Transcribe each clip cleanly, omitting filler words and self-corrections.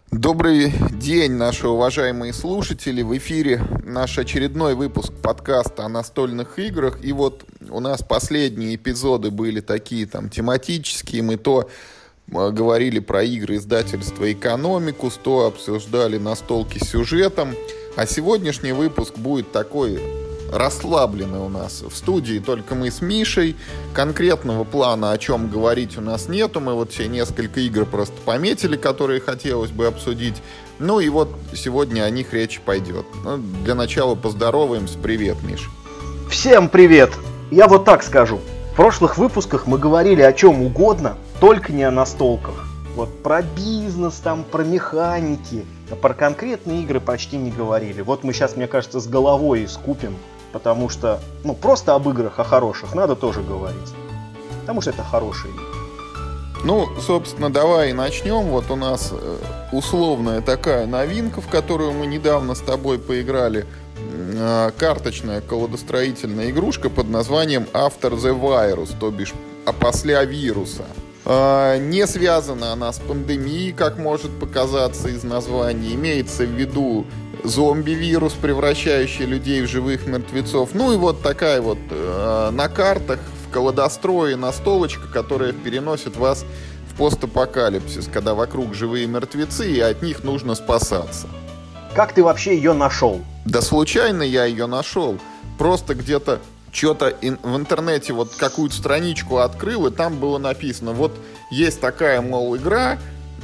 Добрый день, наши уважаемые слушатели. В эфире наш очередной выпуск подкаста о настольных играх. И вот у нас последние эпизоды были такие там тематические. Мы то говорили про игры издательства «Экономикус», то обсуждали настолки с сюжетом. А сегодняшний выпуск будет такой расслабленный у нас. В студии только мы с Мишей. Конкретного плана, о чем говорить, у нас нету. Мы вот все несколько игр просто пометили, которые хотелось бы обсудить. Ну и вот сегодня о них речь пойдет. Ну, для начала поздороваемся. Привет, Миш. Всем привет! Я вот так скажу. В прошлых выпусках мы говорили о чем угодно, только не о настолках. Вот про бизнес, там, про механики. А про конкретные игры почти не говорили. Вот мы сейчас, мне кажется, с головой искупим. Потому что, просто об играх, о хороших надо тоже говорить. Потому что это хорошие игры. Ну, собственно, давай начнем. Вот у нас условная такая новинка, в которую мы недавно с тобой поиграли. Карточная колодостроительная игрушка под названием After the Virus, то бишь «Опосля вируса». Не связана она с пандемией, как может показаться из названия. Имеется в виду зомби-вирус, превращающий людей в живых мертвецов. Ну и вот такая вот на картах в колодострое настолочка, которая переносит вас в постапокалипсис, когда вокруг живые мертвецы, и от них нужно спасаться. Как ты вообще ее нашел? Да случайно я ее нашел. Просто где-то что-то в интернете вот какую-то страничку открыл, и там было написано, вот есть такая, мол, игра,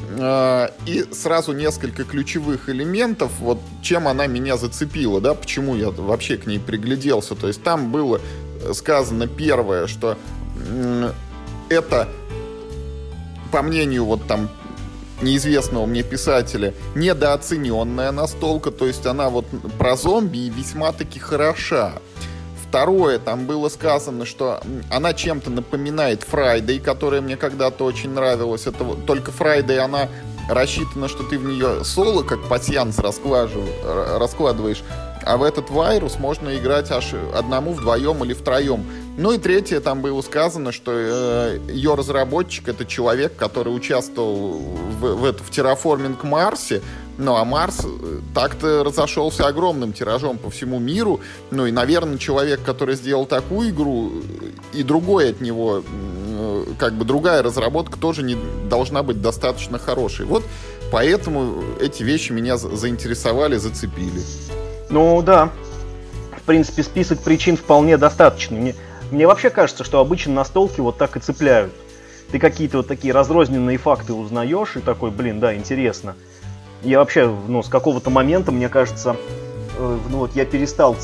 и сразу несколько ключевых элементов, вот чем она меня зацепила, да, почему я вообще к ней пригляделся. То есть там было сказано первое, что это, по мнению вот там неизвестного мне писателя, недооцененная настолка, то есть она вот про зомби и весьма-таки хороша. Второе, там было сказано, что она чем-то напоминает Friday, которая мне когда-то очень нравилась. Это вот, только Friday, она рассчитана, что ты в нее соло, как пасьянс, раскладываешь. А в этот вирус можно играть аж одному, вдвоем или втроем. Ну и третье, там было сказано, что ее разработчик — это человек, который участвовал в терраформинг Марсе. Ну, а Марс так-то разошелся огромным тиражом по всему миру. Ну, и, наверное, человек, который сделал такую игру, и другой от него, как бы другая разработка тоже не должна быть достаточно хорошей. Вот поэтому эти вещи меня заинтересовали, зацепили. Ну, да. В принципе, список причин вполне достаточный. Мне вообще кажется, что обычно настолки вот так и цепляют. Ты какие-то вот такие разрозненные факты узнаешь, и такой, да, интересно. Я вообще, с какого-то момента, мне кажется, я перестал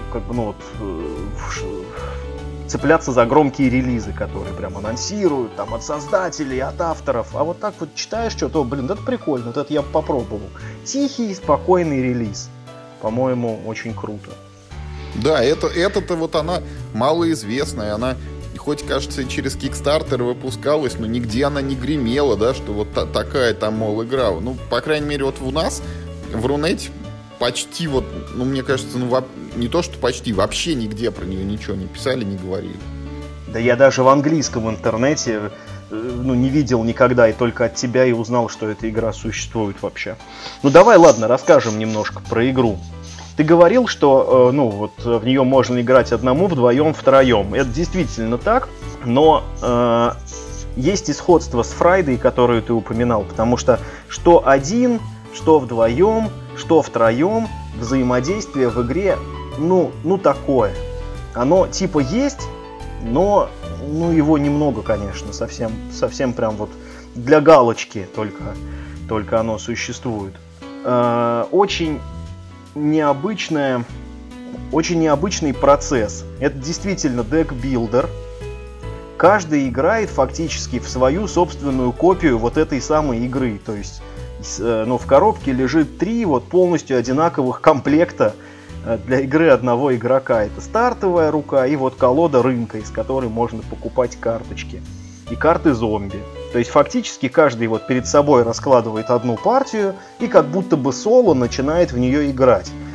цепляться за громкие релизы, которые прям анонсируют там от создателей, от авторов. А вот так вот читаешь что-то, это прикольно, вот это я попробовал. Тихий, спокойный релиз. По-моему, очень круто. Да, это-то вот она малоизвестная, она хоть, кажется, через Kickstarter выпускалась, но нигде она не гремела, да, что вот такая там, мол, игра. Ну, по крайней мере, вот у нас в Рунете почти вот, мне кажется, не то, что почти, вообще нигде про нее ничего не писали, не говорили. Да я даже в английском интернете, не видел никогда, и только от тебя и узнал, что эта игра существует вообще. Ну, давай, ладно, расскажем немножко про игру. Ты говорил, что в нее можно играть одному, вдвоем, втроем. Это действительно так, но есть и сходство с Friday, которую ты упоминал, потому что один, что вдвоем, что втроем, взаимодействие в игре, такое. Оно типа есть, но его немного, конечно, совсем прям вот для галочки только оно существует. Очень необычный процесс. Это действительно дек-билдер. Каждый играет фактически в свою собственную копию вот этой самой игры. То есть, в коробке лежит 3 вот полностью одинаковых комплекта для игры одного игрока. Это стартовая рука и вот колода рынка, из которой можно покупать карточки. И карты зомби. То есть фактически каждый вот перед собой раскладывает одну партию и как будто бы соло начинает в нее играть.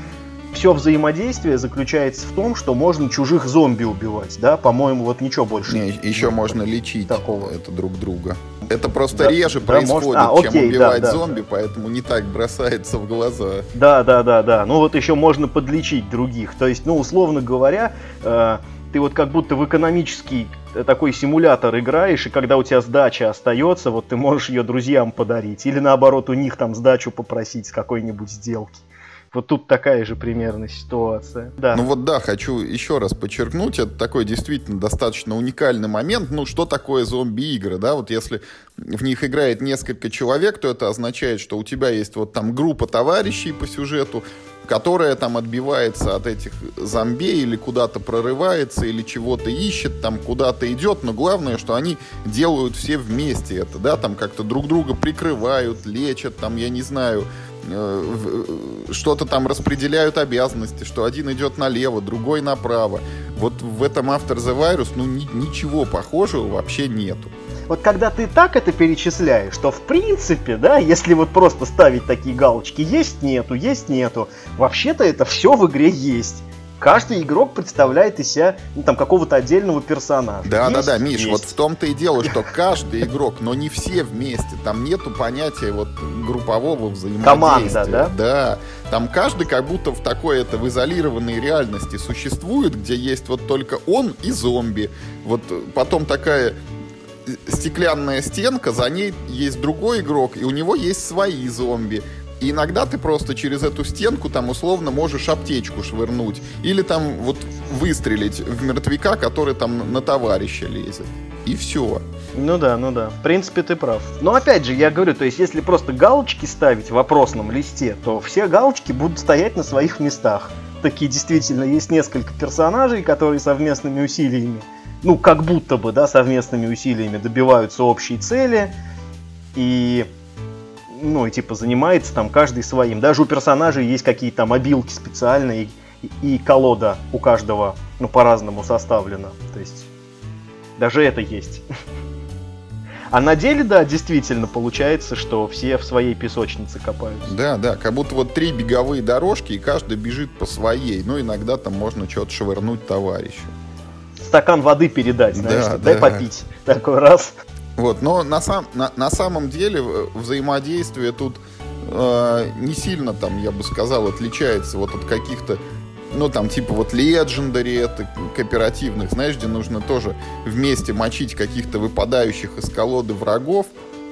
все взаимодействие заключается в том, что можно чужих зомби убивать, да? По-моему, вот ничего больше. Не, еще можно лечить такого. Это друг друга. Это просто реже происходит, чем окей, убивать да, зомби, поэтому не так бросается в глаза. Да. Ну вот еще можно подлечить других. То есть, ну, условно говоря, ты вот как будто в экономический такой симулятор играешь, и когда у тебя сдача остается, вот ты можешь ее друзьям подарить. Или наоборот, у них там сдачу попросить с какой-нибудь сделки. Вот тут такая же примерно ситуация. Да. Ну вот да, хочу еще раз подчеркнуть, это такой действительно достаточно уникальный момент. Ну что такое зомби-игры, да? Вот если в них играет несколько человек, то это означает, что у тебя есть вот там группа товарищей по сюжету, которая там отбивается от этих зомбей или куда-то прорывается, или чего-то ищет, там куда-то идет, но главное, что они делают все вместе это, да, там как-то друг друга прикрывают, лечат, там, я не знаю, что-то там распределяют обязанности, что один идет налево, другой направо. Вот в этом After the Virus, ну, ничего похожего вообще нету. Вот когда ты так это перечисляешь, то в принципе, да, если вот просто ставить такие галочки, есть, нету, вообще-то это все в игре есть. Каждый игрок представляет из себя, ну, там, какого-то отдельного персонажа. Да, Миш, есть. вот в том-то и дело, что каждый игрок, но не все вместе. Там нету понятия вот группового взаимодействия. Команда, да? Да. Там каждый как будто в такой в изолированной реальности существует, где есть вот только он и зомби. Вот потом такая стеклянная стенка, за ней есть другой игрок, и у него есть свои зомби. И иногда ты просто через эту стенку там условно можешь аптечку швырнуть. Или там вот выстрелить в мертвяка, который там на товарища лезет. И все. Ну да. В принципе, ты прав. Но опять же, я говорю, то есть если просто галочки ставить в вопросном листе, то все галочки будут стоять на своих местах. Такие действительно есть несколько персонажей, которые совместными усилиями, ну как будто бы, да, совместными усилиями добиваются общей цели. И... ну, и типа занимается там каждый своим. Даже у персонажей есть какие-то мобилки специальные, и колода у каждого, ну, по-разному составлена. То есть, даже это есть. А на деле, да, действительно получается, что все в своей песочнице копаются. Да, как будто вот 3 беговые дорожки, и каждый бежит по своей. Ну, иногда там можно что-то швырнуть товарищу. Стакан воды передать, знаешь, да, дай попить. Такой раз. Вот, но на самом деле взаимодействие тут не сильно, там, я бы сказал, отличается вот от каких-то, ну, там, типа вот Legendary, это кооперативных, знаешь, где нужно тоже вместе мочить каких-то выпадающих из колоды врагов,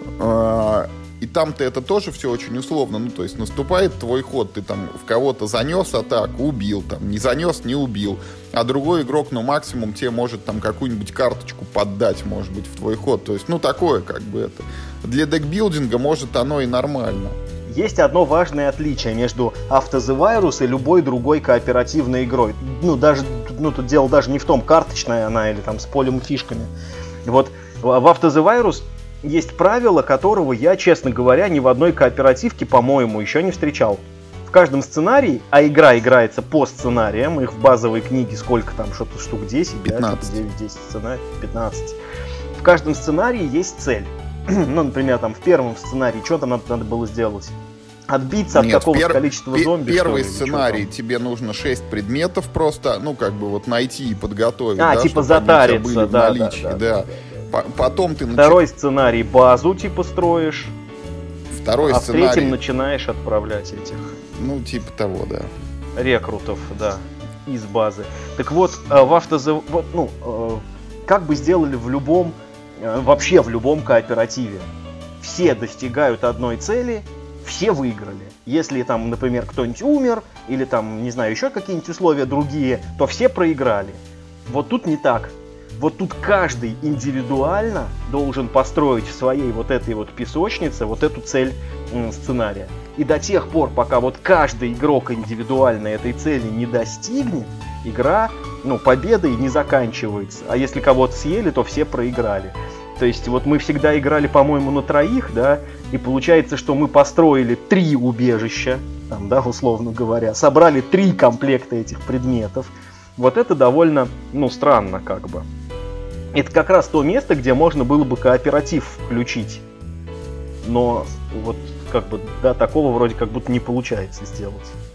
и там-то это тоже все очень условно, ну, то есть наступает твой ход, ты там в кого-то занес атаку, убил, там, не занес, не убил, а другой игрок, ну, максимум тебе может там какую-нибудь карточку поддать, может быть, в твой ход, то есть, ну, такое, как бы это. Для декбилдинга, может, оно и нормально. Есть одно важное отличие между After the Virus и любой другой кооперативной игрой. Ну, даже, ну, тут дело даже не в том, карточная она или там с полем и фишками. Вот в After the Virus есть правило, которого я, честно говоря, ни в одной кооперативке, по-моему, еще не встречал. В каждом сценарии, а игра играется по сценариям, их в базовой книге сколько там, что-то штук 10, 15. Да, 9-10 сценариев, 15. В каждом сценарии есть цель. Ну, например, там в первом сценарии что там надо было сделать? Отбиться от какого-то количества зомби. Первый сценарий, тебе нужно 6 предметов просто, ну, как бы вот найти и подготовить. А, да, типа чтобы они у тебя затариться, были в наличии, да. Потом ты Второй сценарий базу типа строишь. Второй а сценарий... в третьем начинаешь отправлять этих... Ну, типа того, да. Рекрутов, да, из базы. Так вот, в After the... как бы сделали в любом... Вообще в любом кооперативе. Все достигают одной цели, все выиграли. Если там, например, кто-нибудь умер, или там, не знаю, еще какие-нибудь условия другие, то все проиграли. Вот тут не так. Вот тут каждый индивидуально должен построить в своей вот этой вот песочнице вот эту цель сценария. И до тех пор, пока вот каждый игрок индивидуально этой цели не достигнет, игра, ну, победой не заканчивается. А если кого-то съели, то все проиграли. То есть вот мы всегда играли, по-моему, на 3, да, и получается, что мы построили 3 убежища, там, да, условно говоря, собрали 3 комплекта этих предметов. Вот это довольно, ну, странно как бы. Это как раз то место, где можно было бы кооператив включить. Но вот как бы, да, такого вроде как будто не получается сделать.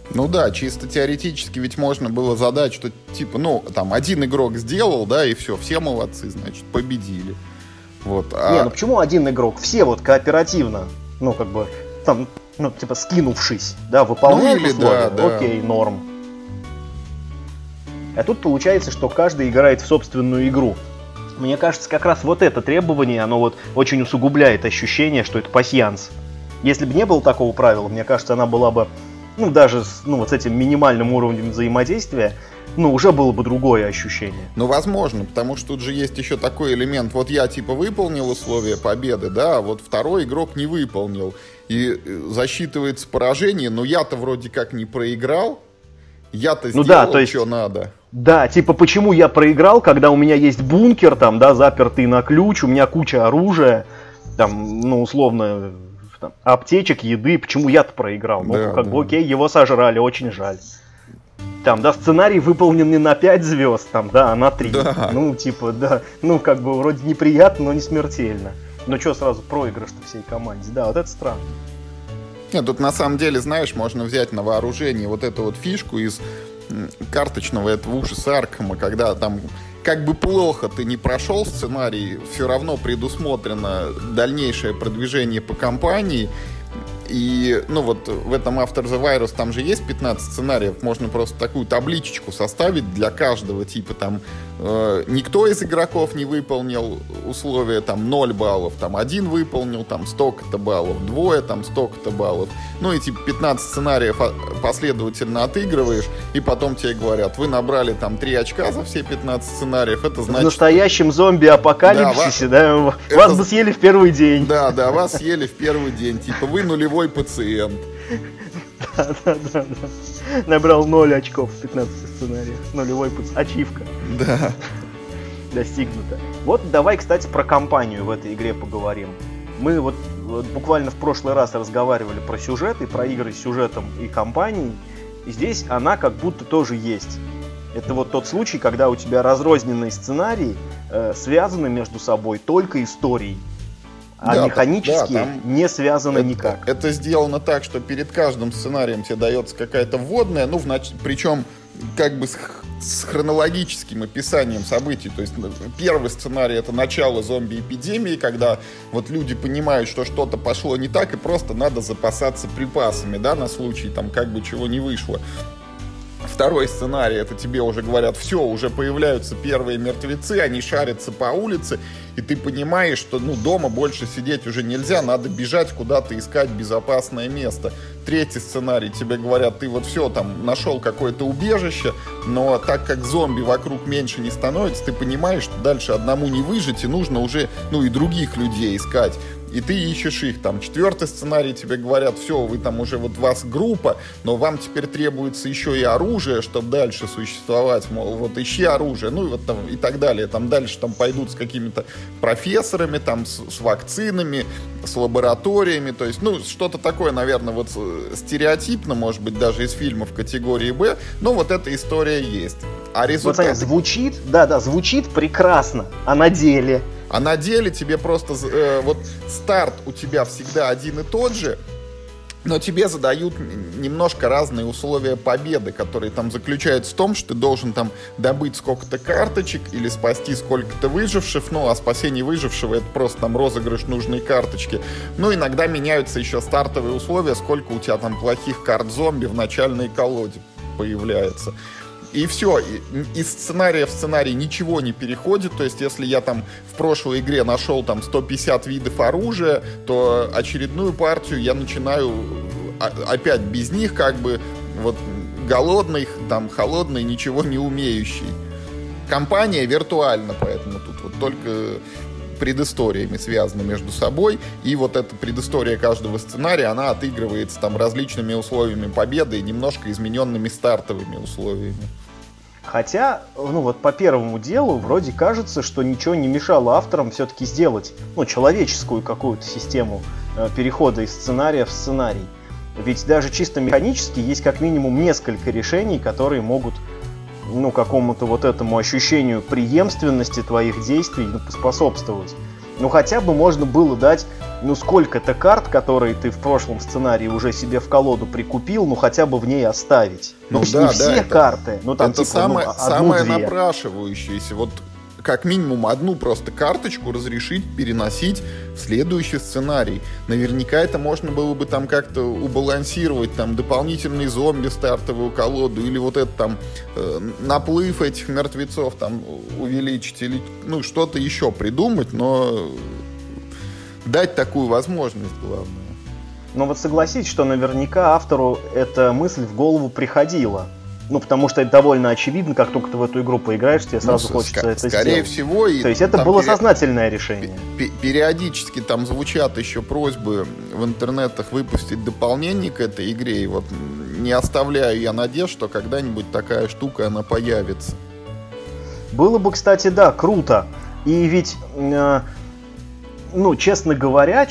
Ну да, чисто теоретически ведь можно было задать, что типа, ну, там, один игрок сделал, да, и все молодцы, значит, победили. Вот, Не, ну почему один игрок? Все вот кооперативно, ну, как бы, там, ну, типа, скинувшись, да, выполняют условия, да. Окей, норм. А тут получается, что каждый играет в собственную игру. Мне кажется, как раз вот это требование, оно вот очень усугубляет ощущение, что это пасьянс. Если бы не было такого правила, мне кажется, она была бы, ну, даже с, ну, вот с этим минимальным уровнем взаимодействия, ну, уже было бы другое ощущение. Ну, возможно, потому что тут же есть еще такой элемент. Вот я, типа, выполнил условия победы, да, а вот второй игрок не выполнил. И засчитывается поражение, но я-то вроде как не проиграл. Я-то сделал, да, то есть, что надо. Да, типа, почему я проиграл, когда у меня есть бункер, там, да, запертый на ключ, у меня куча оружия, там, ну, условно, там, аптечек, еды, почему я-то проиграл? Ну, Да, как да. бы, окей, его сожрали, очень жаль. Там, да, сценарий выполнен не на 5 звезд, там, да, а на 3. Да. Ну, типа, да, ну, как бы, вроде неприятно, но не смертельно. Но что сразу проигрыш-то всей команде? Да, вот это странно. Нет, тут на самом деле, знаешь, можно взять на вооружение вот эту вот фишку из карточного этого ужаса Аркхема, когда там как бы плохо ты не прошел сценарий, все равно предусмотрено дальнейшее продвижение по кампании. И, ну вот в этом After the Virus там же есть 15 сценариев, можно просто такую табличечку составить для каждого, типа там никто из игроков не выполнил условия, там 0 баллов, там один выполнил, там столько-то баллов, двое, там столько-то баллов. Ну и типа 15 сценариев последовательно отыгрываешь, и потом тебе говорят, вы набрали там 3 очка за все 15 сценариев, это значит... В настоящем зомби-апокалипсисе, да, вас это... бы съели в первый день. Да, вас съели в первый день, типа вы нулевой пациент. Да. Набрал 0 очков в 15 сценариях. Нулевой ачивка. Да. Достигнуто. Вот давай, кстати, про кампанию в этой игре поговорим. Мы вот буквально в прошлый раз разговаривали про сюжет и про игры с сюжетом и кампанией. И здесь она как будто тоже есть. Это вот тот случай, когда у тебя разрозненные сценарии связаны между собой только историей. А да, механически да, не связано никак. Это сделано так, что перед каждым сценарием тебе дается какая-то вводная, ну, причем как бы с хронологическим описанием событий. То есть первый сценарий — это начало зомби-эпидемии, когда вот люди понимают, что что-то пошло не так, и просто надо запасаться припасами, да, на случай там как бы чего не вышло. Второй сценарий — это тебе уже говорят, все, уже появляются первые мертвецы, они шарятся по улице, и ты понимаешь, что ну, дома больше сидеть уже нельзя, надо бежать куда-то, искать безопасное место. Третий сценарий, тебе говорят, ты вот все, там, нашел какое-то убежище, но так как зомби вокруг меньше не становится, ты понимаешь, что дальше одному не выжить, и нужно уже, ну, и других людей искать. И ты ищешь их там. Четвертый сценарий, тебе говорят, все, вы там уже вот вас группа, но вам теперь требуется еще и оружие, чтобы дальше существовать, мол, вот ищи оружие, ну и вот там и так далее. Там дальше там пойдут с какими-то профессорами, там с вакцинами, с лабораториями, то есть, ну, что-то такое, наверное, вот стереотипно, может быть, даже из фильмов категории Б, но вот эта история есть. А результат... Вот, звучит, звучит прекрасно, а на деле... А на деле тебе просто вот старт у тебя всегда один и тот же, но тебе задают немножко разные условия победы, которые там заключаются в том, что ты должен там добыть сколько-то карточек или спасти сколько-то выживших, ну, а спасение выжившего — это просто там розыгрыш нужной карточки. Ну, иногда меняются еще стартовые условия, сколько у тебя там плохих карт зомби в начальной колоде появляется. И все, из сценария в сценарий ничего не переходит, то есть если я там в прошлой игре нашел там 150 видов оружия, то очередную партию я начинаю опять без них, как бы вот голодный, там холодный, ничего не умеющий. Компания виртуальна, поэтому тут вот только предысториями связаны между собой, и вот эта предыстория каждого сценария, она отыгрывается там различными условиями победы и немножко измененными стартовыми условиями. Хотя, ну вот по первому делу вроде кажется, что ничего не мешало авторам все-таки сделать, ну, человеческую какую-то систему перехода из сценария в сценарий. Ведь даже чисто механически есть как минимум несколько решений, которые могут, ну, какому-то вот этому ощущению преемственности твоих действий, ну, поспособствовать. Ну хотя бы можно было дать, ну сколько-то карт, которые ты в прошлом сценарии уже себе в колоду прикупил, ну хотя бы в ней оставить. Ну да, не все карты, ну там это типа самое напрашивающееся. Вот как минимум одну просто карточку разрешить переносить в следующий сценарий. Наверняка это можно было бы там как-то убалансировать, там дополнительные зомби в стартовую колоду, или вот это там наплыв этих мертвецов там увеличить, или ну что-то еще придумать, но дать такую возможность главное. Но вот согласись, что наверняка автору эта мысль в голову приходила. Ну, потому что это довольно очевидно, как только ты в эту игру поиграешь, тебе сразу хочется это сделать. Скорее всего. То есть это было сознательное решение. Периодически там звучат еще просьбы в интернетах выпустить дополнение к этой игре. И вот не оставляю я надежд, что когда-нибудь такая штука, она появится. Было бы, кстати, да, круто. И ведь, ну, честно говоря,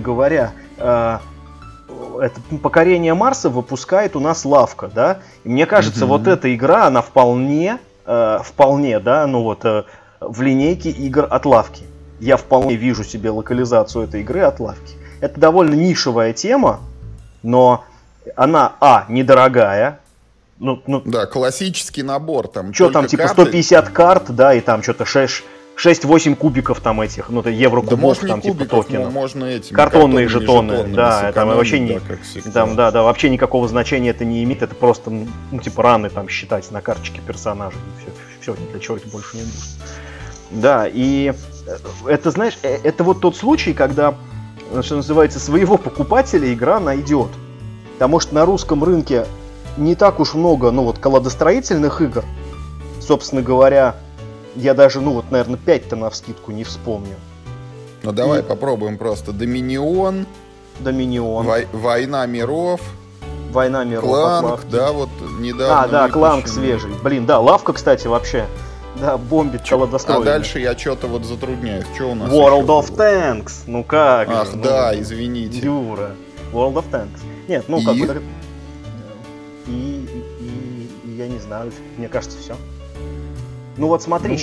это покорение Марса выпускает у нас Лавка, да, и мне кажется, вот эта игра, она вполне, да, ну вот, в линейке игр от Лавки. Я вполне вижу себе локализацию этой игры от Лавки. Это довольно нишевая тема, но она, недорогая. Ну, да, классический набор, там. Что там, типа 150 карт, да, и там что-то 6-8 кубиков там этих, ну, это евро-кубов, да, там кубиков, типа токенов. Можно этими картонные жетоны, да, там вообще вообще никакого значения это не имеет, это просто, ну, типа раны там считать на карточке персонажа, все, ни для чего это больше не нужно. Да, и это, знаешь, это вот тот случай, когда, что называется, своего покупателя игра найдет. Потому что на русском рынке не так уж много, ну, вот, колодостроительных игр, собственно говоря. Я даже, ну вот, наверное, 5-то навскидку не вспомню. Ну давай попробуем просто. Доминион. Война миров. Кланк, да, вот недавно. Да, Кланк свежий. Блин, да, Лавка, кстати, вообще, да, бомбит колодостроение. А дальше я что-то вот затрудняюсь. Что у нас World of Tanks, ну как же. Ну, да, извините. Юра. World of Tanks. Нет, ну как бы... И я не знаю, мне кажется, все. Ну вот смотри,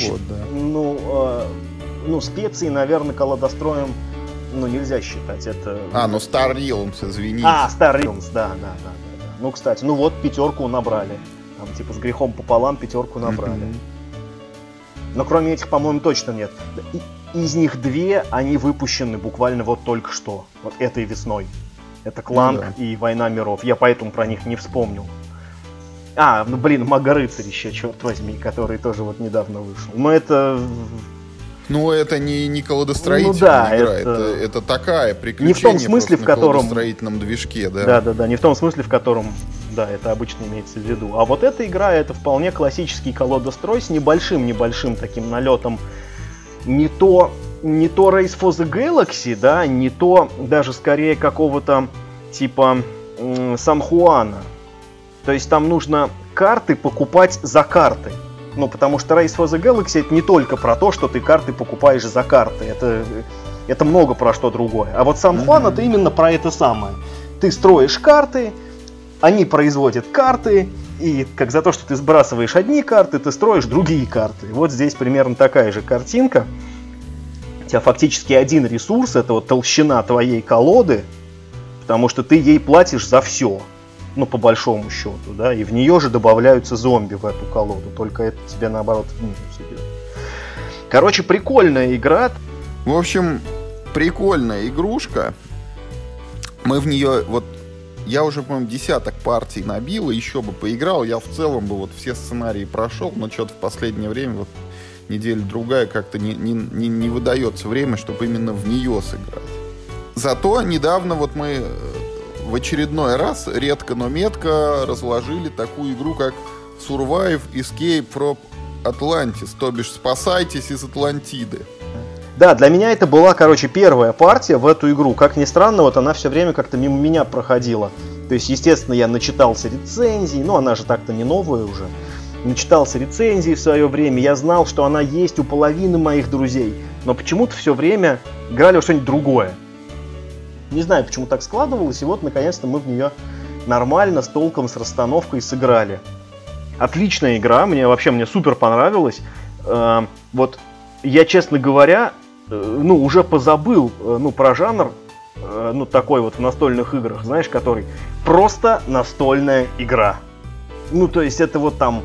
специи, наверное, колодостроем, ну, нельзя считать, это... ну Star Realms, извините. Star Realms, да. Ну, кстати, ну вот 5 набрали, там типа с грехом пополам 5 набрали. Но кроме этих, по-моему, точно нет. Из них 2, они выпущены буквально вот только что, вот этой весной. Это Кланк и Война миров, я поэтому про них не вспомнил. Мага-рыцарь еще, черт возьми, который тоже вот недавно вышел. Но это... Ну, это не колодостроительная игра, это такая приключение не в том смысле, в котором... на колодостроительном движке, да. Да, не в том смысле, в котором, да, это обычно имеется в виду. А вот эта игра, это вполне классический колодострой с небольшим таким налетом. Не то Race for the Galaxy, да, не то даже скорее какого-то типа Сан-Хуана. То есть там нужно карты покупать за карты. Ну, потому что Race for the Galaxy это не только про то, что ты карты покупаешь за карты. Это много про что другое. А вот Сан-Хуан это именно про это самое. Ты строишь карты, они производят карты, и как за то, что ты сбрасываешь одни карты, ты строишь другие карты. Вот здесь примерно такая же картинка. У тебя фактически один ресурс, это вот толщина твоей колоды, потому что ты ей платишь за все. Ну, по большому счету, да, и в нее же добавляются зомби в эту колоду, только это тебе, наоборот, в минус идет. Короче, прикольная игра. В общем, прикольная игрушка. Мы в нее, вот, я уже, по-моему, 10 партий набил, и еще бы поиграл, я в целом бы вот все сценарии прошел, но что-то в последнее время, вот, неделя-другая, как-то не выдается время, чтобы именно в нее сыграть. Зато недавно вот мы... В очередной раз, редко, но метко, разложили такую игру, как Survive Escape from Atlantis, то бишь спасайтесь из Атлантиды. Да, для меня это была, первая партия в эту игру. Как ни странно, вот она все время как-то мимо меня проходила. То есть, естественно, я начитался рецензий, ну она же так-то не новая уже. Начитался рецензий в свое время, я знал, что она есть у половины моих друзей. Но почему-то все время играли во что-нибудь другое. Не знаю, почему так складывалось, и вот, наконец-то, мы в нее нормально, с толком, с расстановкой сыграли. Отличная игра, мне супер понравилась. Вот, я, честно говоря, ну, уже позабыл, ну, про жанр, ну, такой вот в настольных играх, знаешь, который просто настольная игра. Ну, то есть это вот там...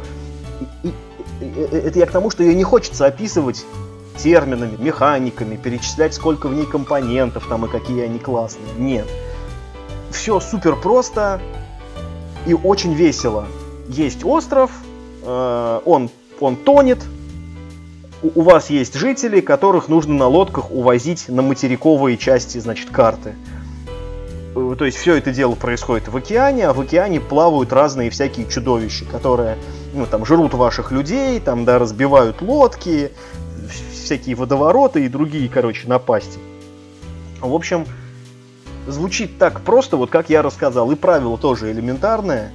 Это я к тому, что ее не хочется описывать терминами, механиками, перечислять, сколько в ней компонентов там и какие они классные. Нет. Все супер просто и очень весело. Есть остров, он тонет, у вас есть жители, которых нужно на лодках увозить на материковые части, значит, карты. То есть все это дело происходит в океане, а в океане плавают разные всякие чудовища, которые, ну, там, жрут ваших людей, там, да, разбивают лодки, всякие водовороты и другие, короче, напасти. В общем, звучит так просто, вот как я рассказал, и правило тоже элементарное.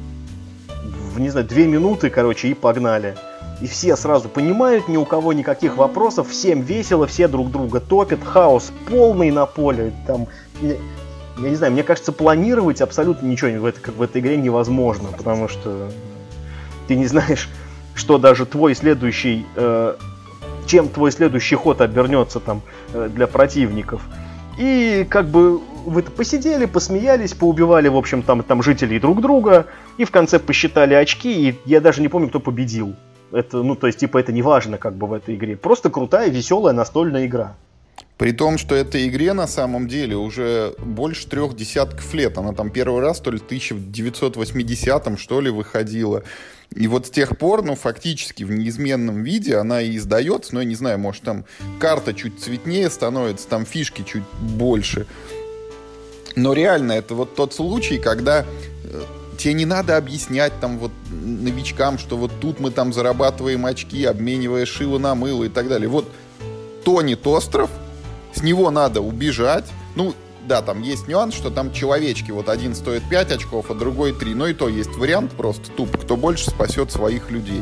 В, не знаю, 2 минуты, короче, и погнали. И все сразу понимают, ни у кого никаких вопросов, всем весело, все друг друга топят, хаос полный на поле, там... Я не знаю, мне кажется, планировать абсолютно ничего в этой игре невозможно, потому что ты не знаешь, что даже твой следующий, чем твой следующий ход обернется там для противников. И как бы вы посидели, посмеялись, поубивали, в общем, там жителей друг друга, и в конце посчитали очки, и я даже не помню, кто победил. Это, ну, то есть, типа, это не важно как бы в этой игре. Просто крутая, веселая настольная игра. При том, что этой игре на самом деле уже больше 3 десятков лет. Она там первый раз, то ли в 1980-м, что ли, выходила. И вот с тех пор, ну, фактически в неизменном виде она и издается. Ну, я не знаю, может, там карта чуть цветнее становится, там фишки чуть больше. Но реально, это вот тот случай, когда тебе не надо объяснять там вот новичкам, что вот тут мы там зарабатываем очки, обменивая шило на мыло и так далее. Вот тонет остров, с него надо убежать. Ну, да, там есть нюанс, что там человечки. Вот один стоит 5 очков, а другой 3. Но и то есть вариант просто туп. Кто больше спасет своих людей.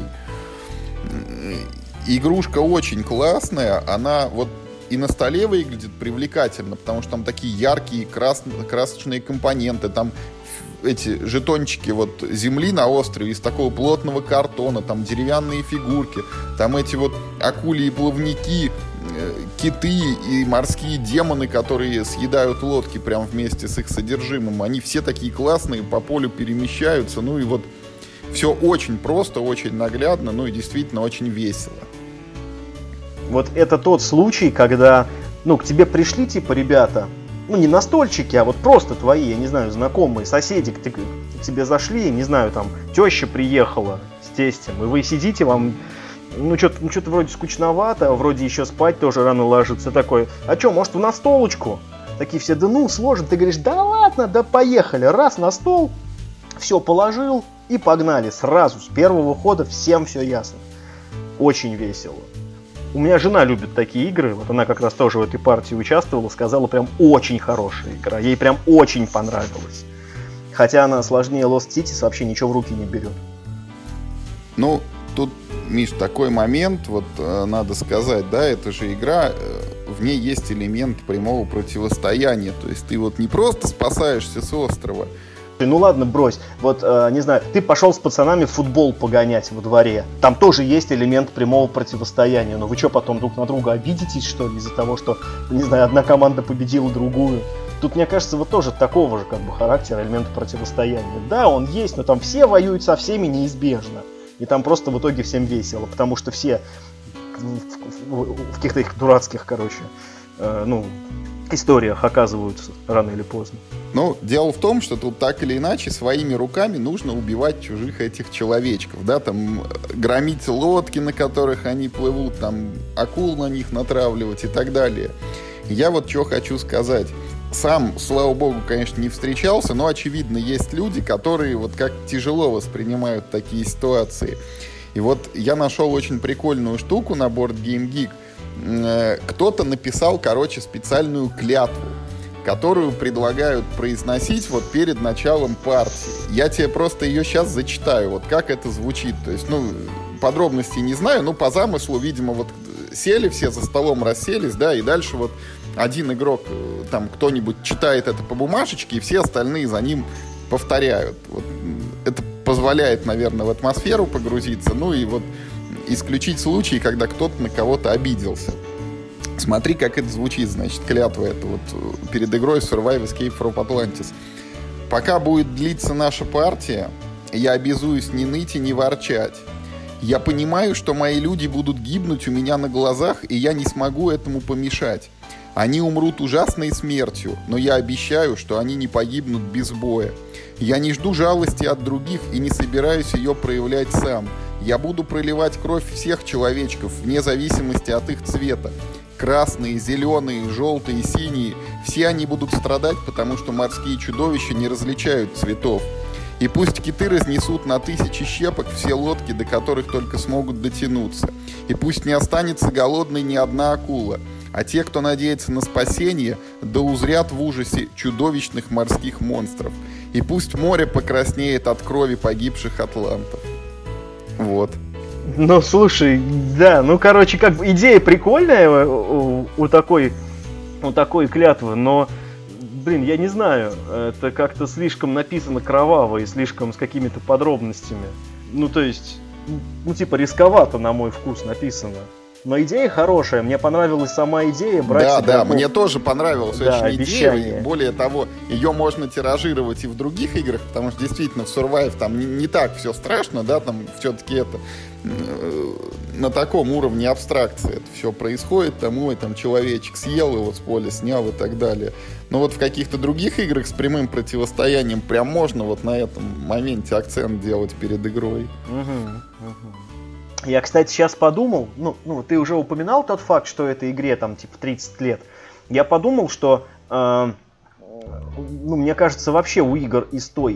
Игрушка очень классная. Она вот и на столе выглядит привлекательно, потому что там такие яркие красочные компоненты. Там эти жетончики вот земли на острове из такого плотного картона. Там деревянные фигурки. Там эти вот акули и плавники, киты и морские демоны, которые съедают лодки прям вместе с их содержимым. Они все такие классные, по полю перемещаются. Ну и вот все очень просто, очень наглядно, ну и действительно очень весело. Вот это тот случай, когда, ну, к тебе пришли, типа, ребята, ну, не настольщики, а вот просто твои, я не знаю, знакомые, соседи к тебе зашли, не знаю, там, теща приехала с тестем, и вы сидите, вам... Ну, что-то вроде скучновато, вроде еще спать тоже рано ложиться. Такой, а что, может, в настолочку? Такие все, да ну, сложно. Ты говоришь, да ладно, да поехали. Раз на стол, все положил и погнали. Сразу, с первого хода всем все ясно. Очень весело. У меня жена любит такие игры. Вот она как раз тоже в этой партии участвовала. Сказала, прям очень хорошая игра. Ей прям очень понравилось. Хотя она сложнее Lost Cities вообще ничего в руки не берет. Ну, тут, Миш, такой момент, вот надо сказать, да, это же игра, в ней есть элемент прямого противостояния, то есть ты вот не просто спасаешься с острова. Ну ладно, брось, вот, не знаю, ты пошел с пацанами в футбол погонять во дворе, там тоже есть элемент прямого противостояния, но вы что, потом друг на друга обидитесь, что ли, из-за того, что, не знаю, одна команда победила другую? Тут, мне кажется, вот тоже такого же, как бы, характера элемента противостояния. Да, он есть, но там все воюют со всеми неизбежно. И там просто в итоге всем весело, потому что все в каких-то их дурацких, короче, ну, историях оказываются рано или поздно. Ну, дело в том, что тут так или иначе своими руками нужно убивать чужих этих человечков, да, там громить лодки, на которых они плывут, там акул на них натравливать и так далее. Я вот что хочу сказать. Сам, слава богу, конечно, не встречался, но, очевидно, есть люди, которые вот как тяжело воспринимают такие ситуации. И вот я нашел очень прикольную штуку на Board Game Geek. Кто-то написал, короче, специальную клятву, которую предлагают произносить вот перед началом партии. Я тебе просто ее сейчас зачитаю, вот как это звучит. То есть, ну, подробностей не знаю, но по замыслу, видимо, вот сели все за столом, расселись, да, и дальше вот один игрок, там, кто-нибудь читает это по бумажечке, и все остальные за ним повторяют. Вот. Это позволяет, наверное, в атмосферу погрузиться, ну и вот исключить случаи, когда кто-то на кого-то обиделся. Смотри, как это звучит, значит, клятва это вот перед игрой Survive Escape from Atlantis. Пока будет длиться наша партия, я обязуюсь не ныть и не ворчать. Я понимаю, что мои люди будут гибнуть у меня на глазах, и я не смогу этому помешать. Они умрут ужасной смертью, но я обещаю, что они не погибнут без боя. Я не жду жалости от других и не собираюсь ее проявлять сам. Я буду проливать кровь всех человечков, вне зависимости от их цвета. Красные, зеленые, желтые, синие – все они будут страдать, потому что морские чудовища не различают цветов. И пусть киты разнесут на тысячи щепок все лодки, до которых только смогут дотянуться. И пусть не останется голодной ни одна акула. А те, кто надеется на спасение, да узрят в ужасе чудовищных морских монстров. И пусть море покраснеет от крови погибших атлантов. Вот. Ну, слушай, да, ну, короче, как бы идея прикольная у такой клятвы, но, блин, я не знаю, это как-то слишком написано кроваво и слишком с какими-то подробностями. Ну, то есть, ну, типа, рисковато, на мой вкус, написано. Но идея хорошая, мне понравилась сама идея брать Да, игроков. да, мне тоже понравилась очень обещание. идея. Более того, ее можно тиражировать и в других играх, потому что действительно в Survive там не так все страшно, да, там все-таки это на таком уровне абстракции это все происходит, там человечек съел его с поля, снял и так далее. Но вот в каких-то других играх с прямым противостоянием прям можно вот на этом моменте акцент делать перед игрой. Я, кстати, сейчас подумал, ну, ты уже упоминал тот факт, что этой игре там типа 30 лет. Я подумал, что, мне кажется, вообще у игр из той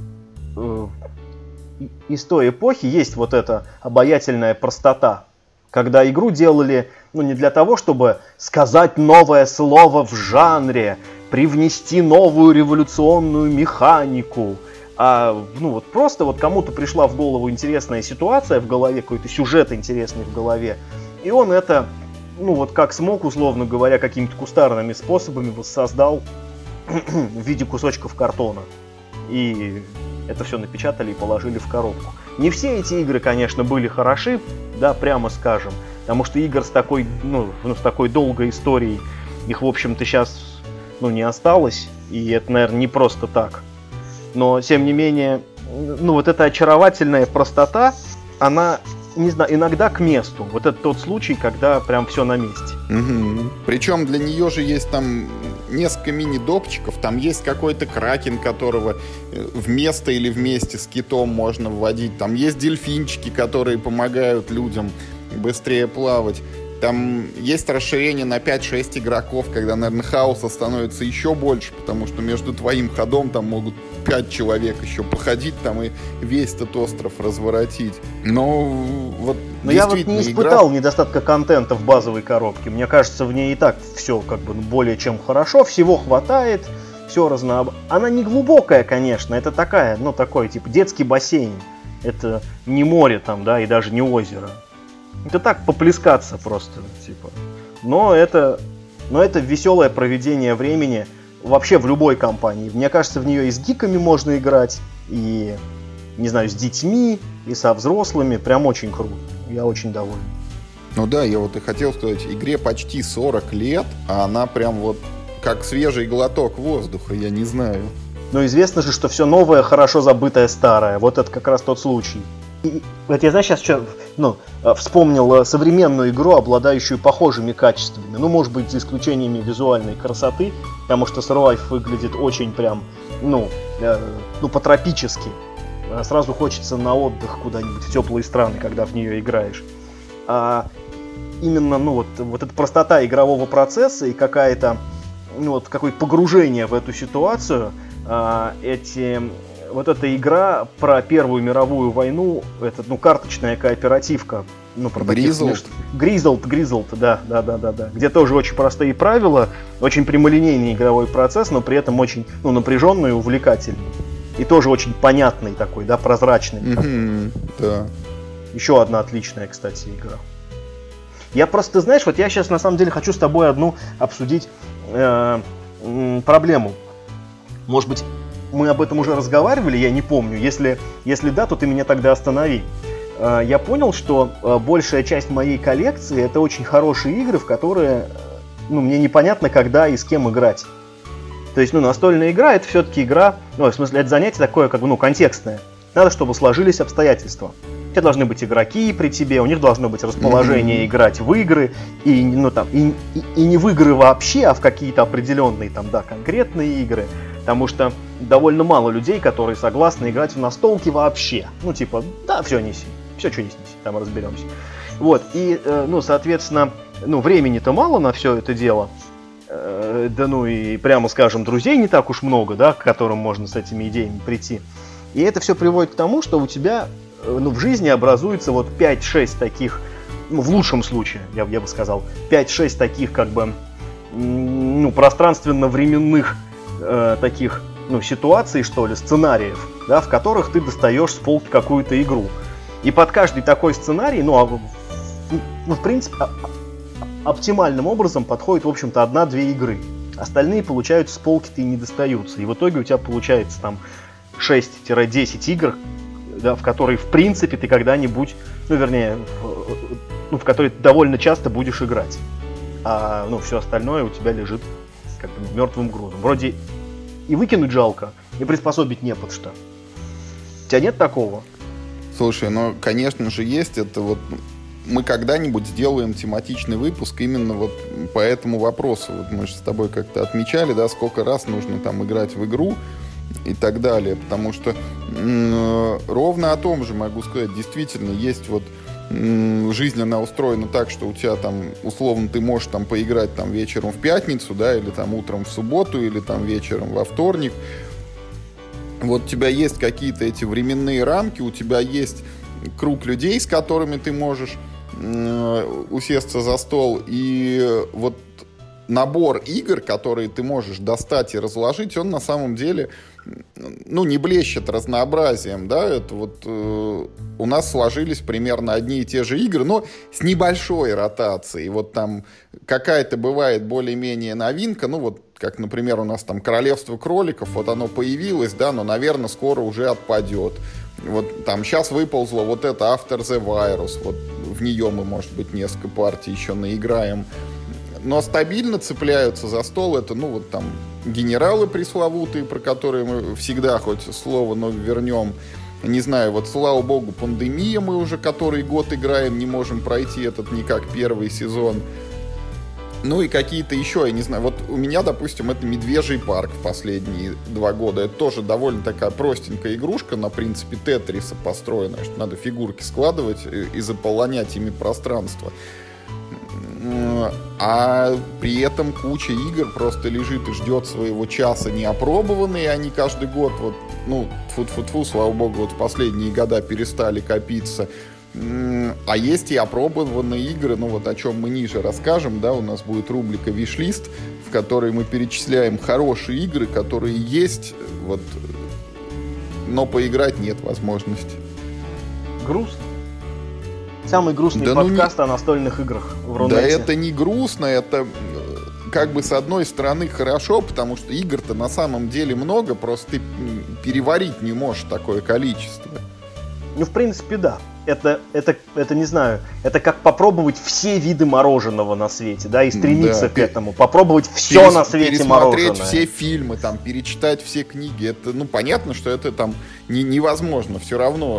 эпохи есть вот эта обаятельная простота. Когда игру делали, не для того, чтобы сказать новое слово в жанре, привнести новую революционную механику, вот просто вот кому-то пришла в голову интересная ситуация в голове, какой-то сюжет интересный в голове, и он это, вот как смог, условно говоря, какими-то кустарными способами воссоздал в виде кусочков картона. И это все напечатали и положили в коробку. Не все эти игры, конечно, были хороши, да, прямо скажем, потому что игр с такой, с такой долгой историей, их, в общем-то, сейчас, не осталось, и это, наверное, не просто так. Но, тем не менее, вот эта очаровательная простота, она, не знаю, иногда к месту. Вот это тот случай, когда прям все на месте. Угу. Причем для нее же есть там несколько мини-допчиков. Там есть какой-то кракен, которого вместо или вместе с китом можно вводить. Там есть дельфинчики, которые помогают людям быстрее плавать. Там есть расширение на 5-6 игроков, когда, наверное, хаоса становится еще больше, потому что между твоим ходом там могут 5 человек еще походить там и весь этот остров разворотить. Но вот я вот не испытал недостатка контента в базовой коробке. Мне кажется, в ней и так все как бы более чем хорошо, всего хватает, все разнообразно. Она не глубокая, конечно, это такая, такой типа детский бассейн. Это не море там, да, и даже не озеро. Это так, поплескаться просто, типа. Но это веселое проведение времени вообще в любой компании. Мне кажется, в нее и с гиками можно играть, и, не знаю, с детьми, и со взрослыми. Прям очень круто. Я очень доволен. Ну да, я вот и хотел сказать, игре почти 40 лет, а она прям вот как свежий глоток воздуха, я не знаю. Но известно же, что все новое, хорошо забытое старое. Вот это как раз тот случай. И, вот я, знаешь, сейчас вспомнил современную игру, обладающую похожими качествами. Может быть, за исключениями визуальной красоты, потому что Survive выглядит очень прям, по-тропически. Сразу хочется на отдых куда-нибудь в теплые страны, когда в нее играешь. А именно, вот эта простота игрового процесса и какая-то, какое-то погружение в эту ситуацию, вот эта игра про Первую мировую войну, это, карточная кооперативка. Grizzled, да. Где тоже очень простые правила, очень прямолинейный игровой процесс, но при этом очень, напряженный и увлекательный. И тоже очень понятный такой, да, прозрачный. Да. Еще одна отличная, кстати, игра. Я просто, знаешь, вот я сейчас на самом деле хочу с тобой одну обсудить проблему. Может быть, мы об этом уже разговаривали, я не помню. Если да, то ты меня тогда останови. я понял, что большая часть моей коллекции это очень хорошие игры, в которые мне непонятно, когда и с кем играть. То есть, настольная игра это все-таки игра, в смысле, это занятие такое, контекстное. Надо, чтобы сложились обстоятельства. У тебя должны быть игроки при тебе, у них должно быть расположение играть в игры, и не в игры вообще, а в какие-то определенные конкретные игры. Потому что довольно мало людей, которые согласны играть в настолки вообще. Все неси, все, что не снеси, там разберемся. Вот, и, соответственно, времени-то мало на все это дело. И прямо скажем, друзей не так уж много, к которым можно с этими идеями прийти. И это все приводит к тому, что у тебя в жизни образуется 5-6 таких, в лучшем случае, я бы сказал, 5-6 таких пространственно-временных таких, ситуаций, что ли, сценариев, в которых ты достаешь с полки какую-то игру. И под каждый такой сценарий, в принципе, оптимальным образом подходит, в общем-то, 1-2 игры. Остальные, получаются, с полки-то и не достаются. И в итоге у тебя получается 6-10 игр, в которые, в принципе, ты когда-нибудь, в которые ты довольно часто будешь играть. А, все остальное у тебя лежит мертвым грузом. Вроде и выкинуть жалко, и приспособить не под что. У тебя нет такого? Слушай, конечно же есть. Это мы когда-нибудь сделаем тематичный выпуск именно по этому вопросу. Мы же с тобой как-то отмечали, сколько раз нужно играть в игру и так далее. Потому что ровно о том же могу сказать. Действительно, есть жизнь, она устроена так, что у тебя условно ты можешь поиграть вечером в пятницу, или утром в субботу, или вечером во вторник. У тебя есть какие-то эти временные рамки, у тебя есть круг людей, с которыми ты можешь усесться за стол, и набор игр, которые ты можешь достать и разложить, он на самом деле не блещет разнообразием, это у нас сложились примерно одни и те же игры, но с небольшой ротацией. Какая-то бывает более-менее новинка, как, например, у нас Королевство кроликов, оно появилось, но, наверное, скоро уже отпадет. Сейчас выползло это After the Virus, в нее мы, может быть, несколько партий еще наиграем. Но стабильно цепляются за стол это, генералы пресловутые, про которые мы всегда хоть слово, но вернем. Не знаю, слава богу, пандемия, мы уже который год играем, не можем пройти этот никак первый сезон. И какие-то еще, я не знаю, у меня, допустим, это Медвежий парк в последние 2 года. Это тоже довольно такая простенькая игрушка, на принципе Тетриса построенная, что надо фигурки складывать и заполонять ими пространство. А при этом куча игр просто лежит и ждет своего часа неопробованные. Они каждый год, тьфу-тьфу-тьфу, слава богу, в последние года перестали копиться. А есть и опробованные игры, о чем мы ниже расскажем, у нас будет рубрика «Виш-лист», в которой мы перечисляем хорошие игры, которые есть, но поиграть нет возможности. Грустно. Самый грустный подкаст о настольных играх в Рунете. Да это не грустно, это с одной стороны хорошо, потому что игр-то на самом деле много, просто ты переварить не можешь такое количество. В принципе, да. Это не знаю, это как попробовать все виды мороженого на свете, и стремиться к этому. Попробовать все на свете мороженое. Пересмотреть все фильмы, перечитать все книги. Это, понятно, что это невозможно. Все равно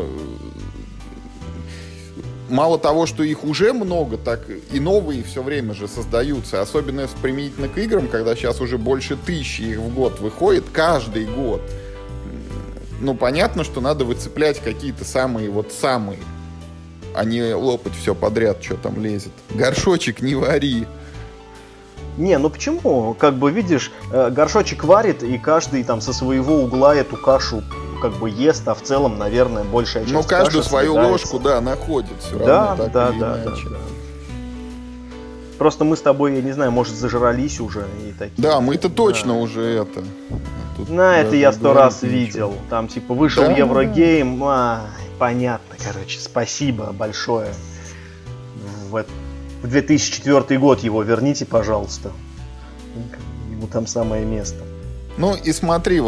мало того, что их уже много, так и новые все время же создаются. Особенно применительно к играм, когда сейчас уже больше 1000 их в год выходит, каждый год. Понятно, что надо выцеплять какие-то самые, а не лопать все подряд, что там лезет. Горшочек не вари. Не, почему? Видишь, горшочек варит, и каждый со своего угла эту кашу ест, а в целом, наверное, большая часть каждую каши свою съедается. ложку, находит все равно, так или иначе. Да. Просто мы с тобой, я не знаю, может, зажрались уже и такие. Да, мы-то точно уже это. Это я 100 раз видел. Там вышел Еврогейм. Понятно, спасибо большое. В 2004 год его верните, пожалуйста. Ему там самое место. И смотри,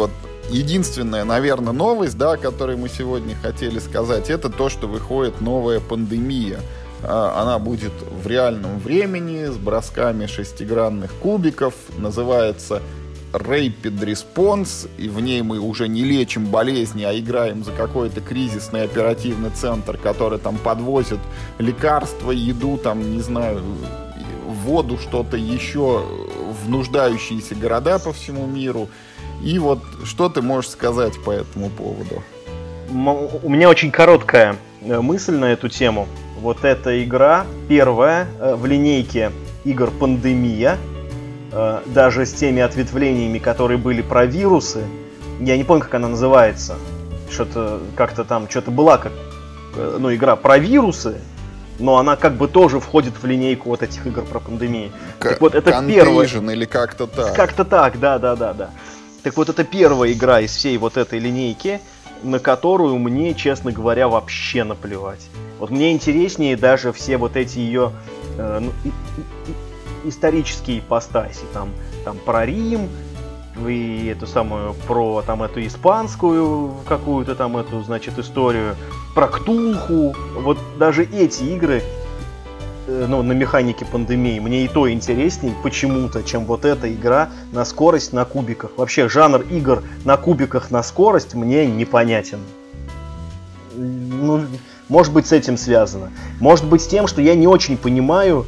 единственная, наверное, новость, да, о которой мы сегодня хотели сказать, это то, что выходит новая «Пандемия». Она будет в реальном времени, с бросками шестигранных кубиков, называется Rapid Response, и в ней мы уже не лечим болезни, а играем за какой-то кризисный оперативный центр, который там подвозит лекарства, еду, там, не знаю, воду, что-то еще в нуждающиеся города по всему миру. И вот что ты можешь сказать по этому поводу? У меня очень короткая мысль на эту тему. Вот эта игра первая в линейке игр «Пандемия», даже с теми ответвлениями, которые были про вирусы. Я не помню, как она называется. Что-то как-то там, что-то была как, ну, игра про вирусы, но она как бы тоже входит в линейку вот этих игр про пандемию. Так вот, это первая... или как-то так. Как-то так, да. Так вот, это первая игра из всей вот этой линейки, на которую мне, честно говоря, вообще наплевать. Вот мне интереснее даже все вот эти ее исторические ипостаси. Там про Рим, и эту самую, про там эту испанскую какую-то там эту, значит, историю, про Ктулху. Вот даже эти игры, ну, на механике пандемии, мне и то интереснее почему-то, чем вот эта игра на скорость на кубиках. Вообще, жанр игр на кубиках на скорость мне непонятен. Ну, может быть, с этим связано. Может быть, с тем, что я не очень понимаю,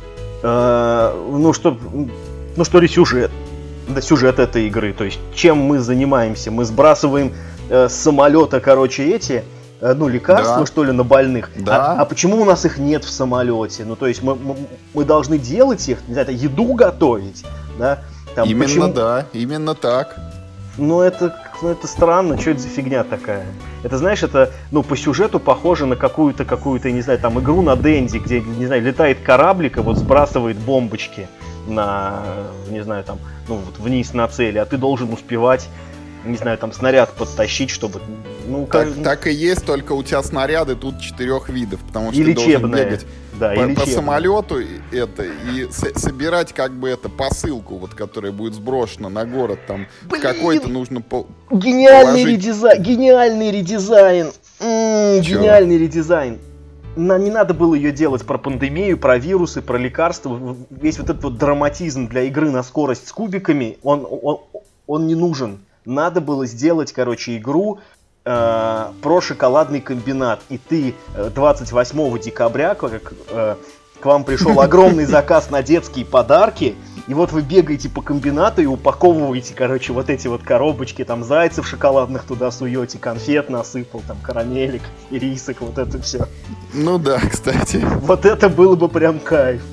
что ли, сюжет этой игры. То есть, чем мы занимаемся? Мы сбрасываем с самолета, короче, эти... лекарства, да, что ли, на больных. Да. А почему у нас их нет в самолете? Ну, то есть мы должны делать их, не знаю, еду готовить, да? Там, именно, почему... да, именно так. Ну, это странно, что это за фигня такая? Это, знаешь, это, по сюжету похоже на какую-то, не знаю, там, игру на Денди, где, не знаю, летает кораблик и вот сбрасывает бомбочки на, не знаю, там, вот вниз на цели, а ты должен успевать, не знаю, там, снаряд подтащить, чтобы... Так и есть, только у тебя снаряды тут 4 видов, потому что и ты должен лечебные. бегать по самолету и собирать как бы посылку, вот, которая будет сброшена на город, там, какой-то нужно гениальный редизайн. Гениальный редизайн. Не надо было ее делать про пандемию, про вирусы, про лекарства. Весь вот этот вот драматизм для игры на скорость с кубиками, он не нужен. Надо было сделать, игру про шоколадный комбинат. И ты 28 декабря к вам пришел огромный заказ на детские подарки, и вот вы бегаете по комбинату и упаковываете, вот эти вот коробочки, там зайцев шоколадных туда суете, конфет насыпал, там карамелек, ирисок, вот это все. Ну да, кстати. Вот это было бы прям кайф.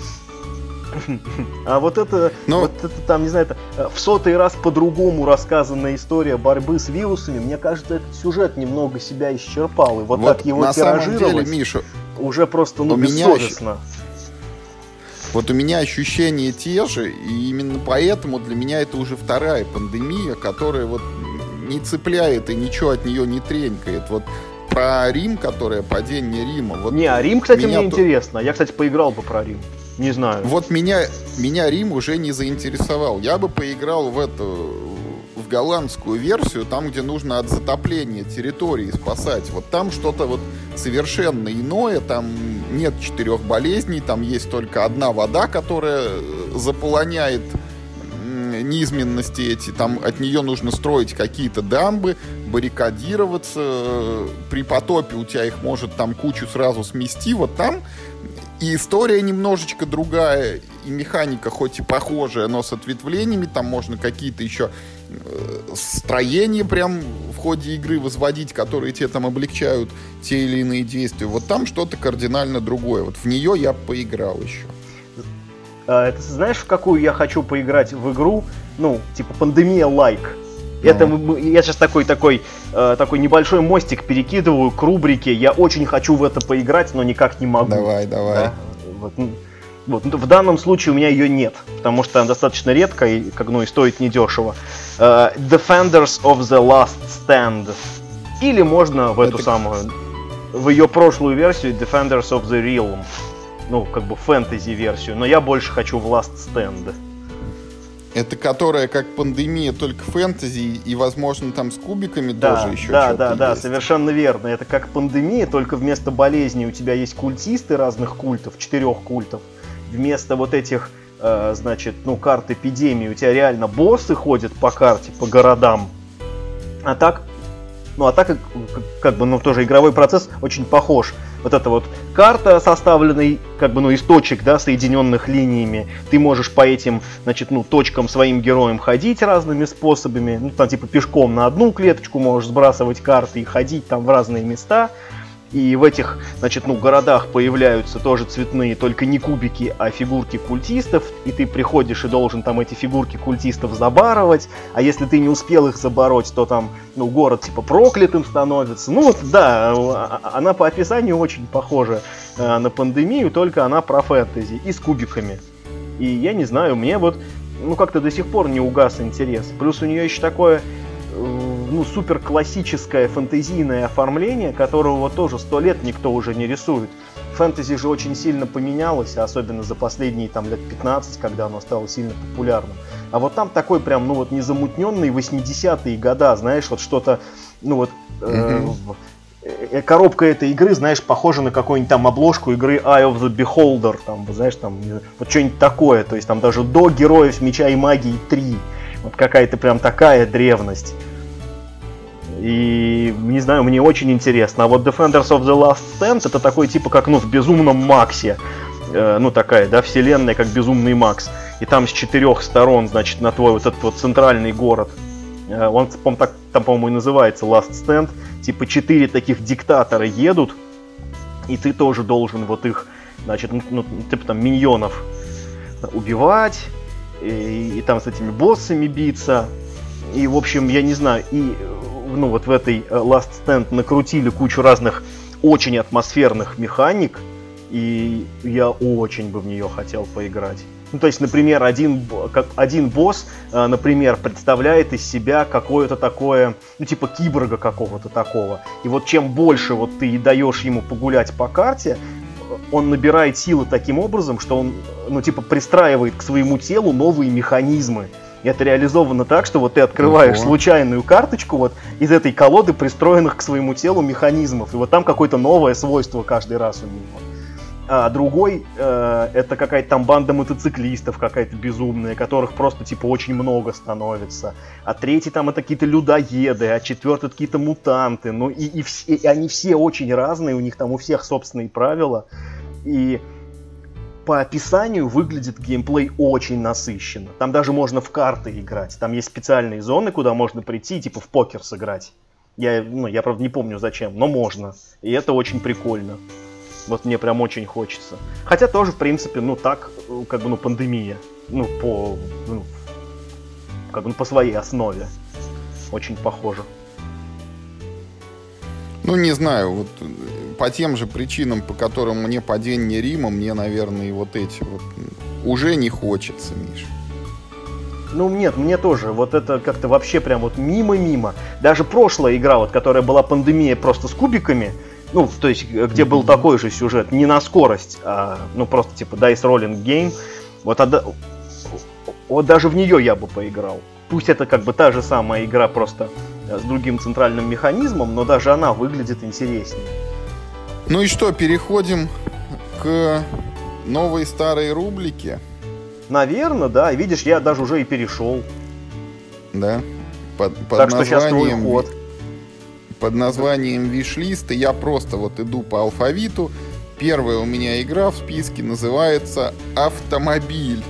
А вот это там, не знаю, это в 100-й раз по-другому рассказанная история борьбы с вирусами, мне кажется, этот сюжет немного себя исчерпал. И вот так его тиражировать, самом деле, Миша, уже просто, бессовестно. Вот у меня ощущения те же, и именно поэтому для меня это уже вторая пандемия, которая вот не цепляет и ничего от нее не тренькает. Вот про Рим, которая падение Рима. Вот Рим, кстати, мне интересно. Я, кстати, поиграл бы про Рим. Не знаю. Вот меня Рим уже не заинтересовал. Я бы поиграл в голландскую версию, там, где нужно от затопления территории спасать. Вот там что-то вот совершенно иное. Там нет 4 болезней, там есть только одна вода, которая заполоняет низменности эти. Там от нее нужно строить какие-то дамбы, баррикадироваться. При потопе у тебя их может там кучу сразу смести. Вот там и история немножечко другая, и механика хоть и похожая, но с ответвлениями. Там можно какие-то еще строения прям в ходе игры возводить, которые тебе там облегчают те или иные действия. Вот там что-то кардинально другое. Вот в нее я поиграл еще. Это знаешь, в какую я хочу поиграть в игру? Типа пандемия-лайк. Это я сейчас такой небольшой мостик перекидываю к рубрике. Я очень хочу в это поиграть, но никак не могу. Давай. Да? Вот. В данном случае у меня ее нет, потому что она достаточно редкая и стоит недешево. Defenders of the Last Stand. Или можно в ее прошлую версию Defenders of the Realm. Фэнтези-версию. Но я больше хочу в Last Stand. Это которая как пандемия, только фэнтези, и, возможно, там с кубиками Да, тоже еще да, что-то да, есть. совершенно верно. Это как пандемия, только вместо болезней у тебя есть культисты разных культов, 4 культов. Вместо вот этих, значит, карт эпидемии у тебя реально боссы ходят по карте, по городам. А так, как бы, тоже игровой процесс очень похож. Вот эта вот карта, составленная, как бы, из точек, да, соединенных линиями. Ты можешь по этим, значит, точкам своим героям ходить разными способами. Там, типа, пешком на одну клеточку можешь сбрасывать карты и ходить там в разные места. И в этих, значит, городах появляются тоже цветные, только не кубики, а фигурки культистов. И ты приходишь и должен там эти фигурки культистов забарывать. А если ты не успел их забороть, то там, город типа проклятым становится. Да, она по описанию очень похожа на пандемию, только она про фэнтези и с кубиками. И я не знаю, мне вот, как-то до сих пор не угас интерес. Плюс у нее еще такое... супер классическое фэнтезийное оформление, которого вот тоже 100 лет никто уже не рисует. Фэнтези же очень сильно поменялось, особенно за последние лет 15, когда оно стало сильно популярным. А вот там такой прям, незамутненный 80-е года, знаешь, вот что-то, коробка этой игры, знаешь, похожа на какую-нибудь там обложку игры Eye of the Beholder, там, знаешь, там, вот что-нибудь такое, то есть там даже до Героев Меча и Магии 3. Вот какая-то прям такая древность. И, не знаю, мне очень интересно. А вот Defenders of the Last Stand это такой типа как, в Безумном Максе. Такая, да, вселенная, как Безумный Макс. И там с 4 сторон, значит, на твой вот этот вот центральный город. Он, там, по-моему, и называется Last Stand. Типа 4 таких диктатора едут. И ты тоже должен вот их, значит, типа там миньонов убивать. И там с этими боссами биться. И, в общем, я не знаю, и вот в этой Last Stand накрутили кучу разных очень атмосферных механик, и я очень бы в нее хотел поиграть. То есть, например, один босс, например, представляет из себя какое-то такое, типа киборга какого-то такого. И вот чем больше вот ты даешь ему погулять по карте, он набирает силы таким образом, что он, пристраивает к своему телу новые механизмы. И это реализовано так, что вот ты открываешь случайную карточку вот из этой колоды пристроенных к своему телу механизмов. И вот там какое-то новое свойство каждый раз у него. А другой, это какая-то там банда мотоциклистов какая-то безумная, которых просто типа очень много становится. А третий там это какие-то людоеды, а четвертый это какие-то мутанты. И они все очень разные, у них там у всех собственные правила. И по описанию выглядит геймплей очень насыщенно. Там даже можно в карты играть. Там есть специальные зоны, куда можно прийти, типа в покер сыграть. Я, правда, не помню зачем, но можно. И это очень прикольно. Вот мне прям очень хочется. Хотя тоже, в принципе, так, как бы, пандемия. По своей основе. Очень похоже. Не знаю, вот по тем же причинам, по которым мне падение Рима, мне, наверное, и вот эти вот уже не хочется, Миш. Нет, мне тоже. Вот это как-то вообще прям вот мимо-мимо. Даже прошлая игра, вот, которая была пандемия просто с кубиками, то есть, где был такой же сюжет, не на скорость, а, просто типа Dice Rolling Game, вот даже в нее я бы поиграл. Пусть это как бы та же самая игра, просто с другим центральным механизмом, но даже она выглядит интереснее. Ну и что, переходим к новой старой рубрике? Наверное, да. И видишь, я даже уже и перешел. Да. Под так что сейчас твой ход. Под названием виш-лист я просто вот иду по алфавиту. Первая у меня игра в списке называется «Автомобиль».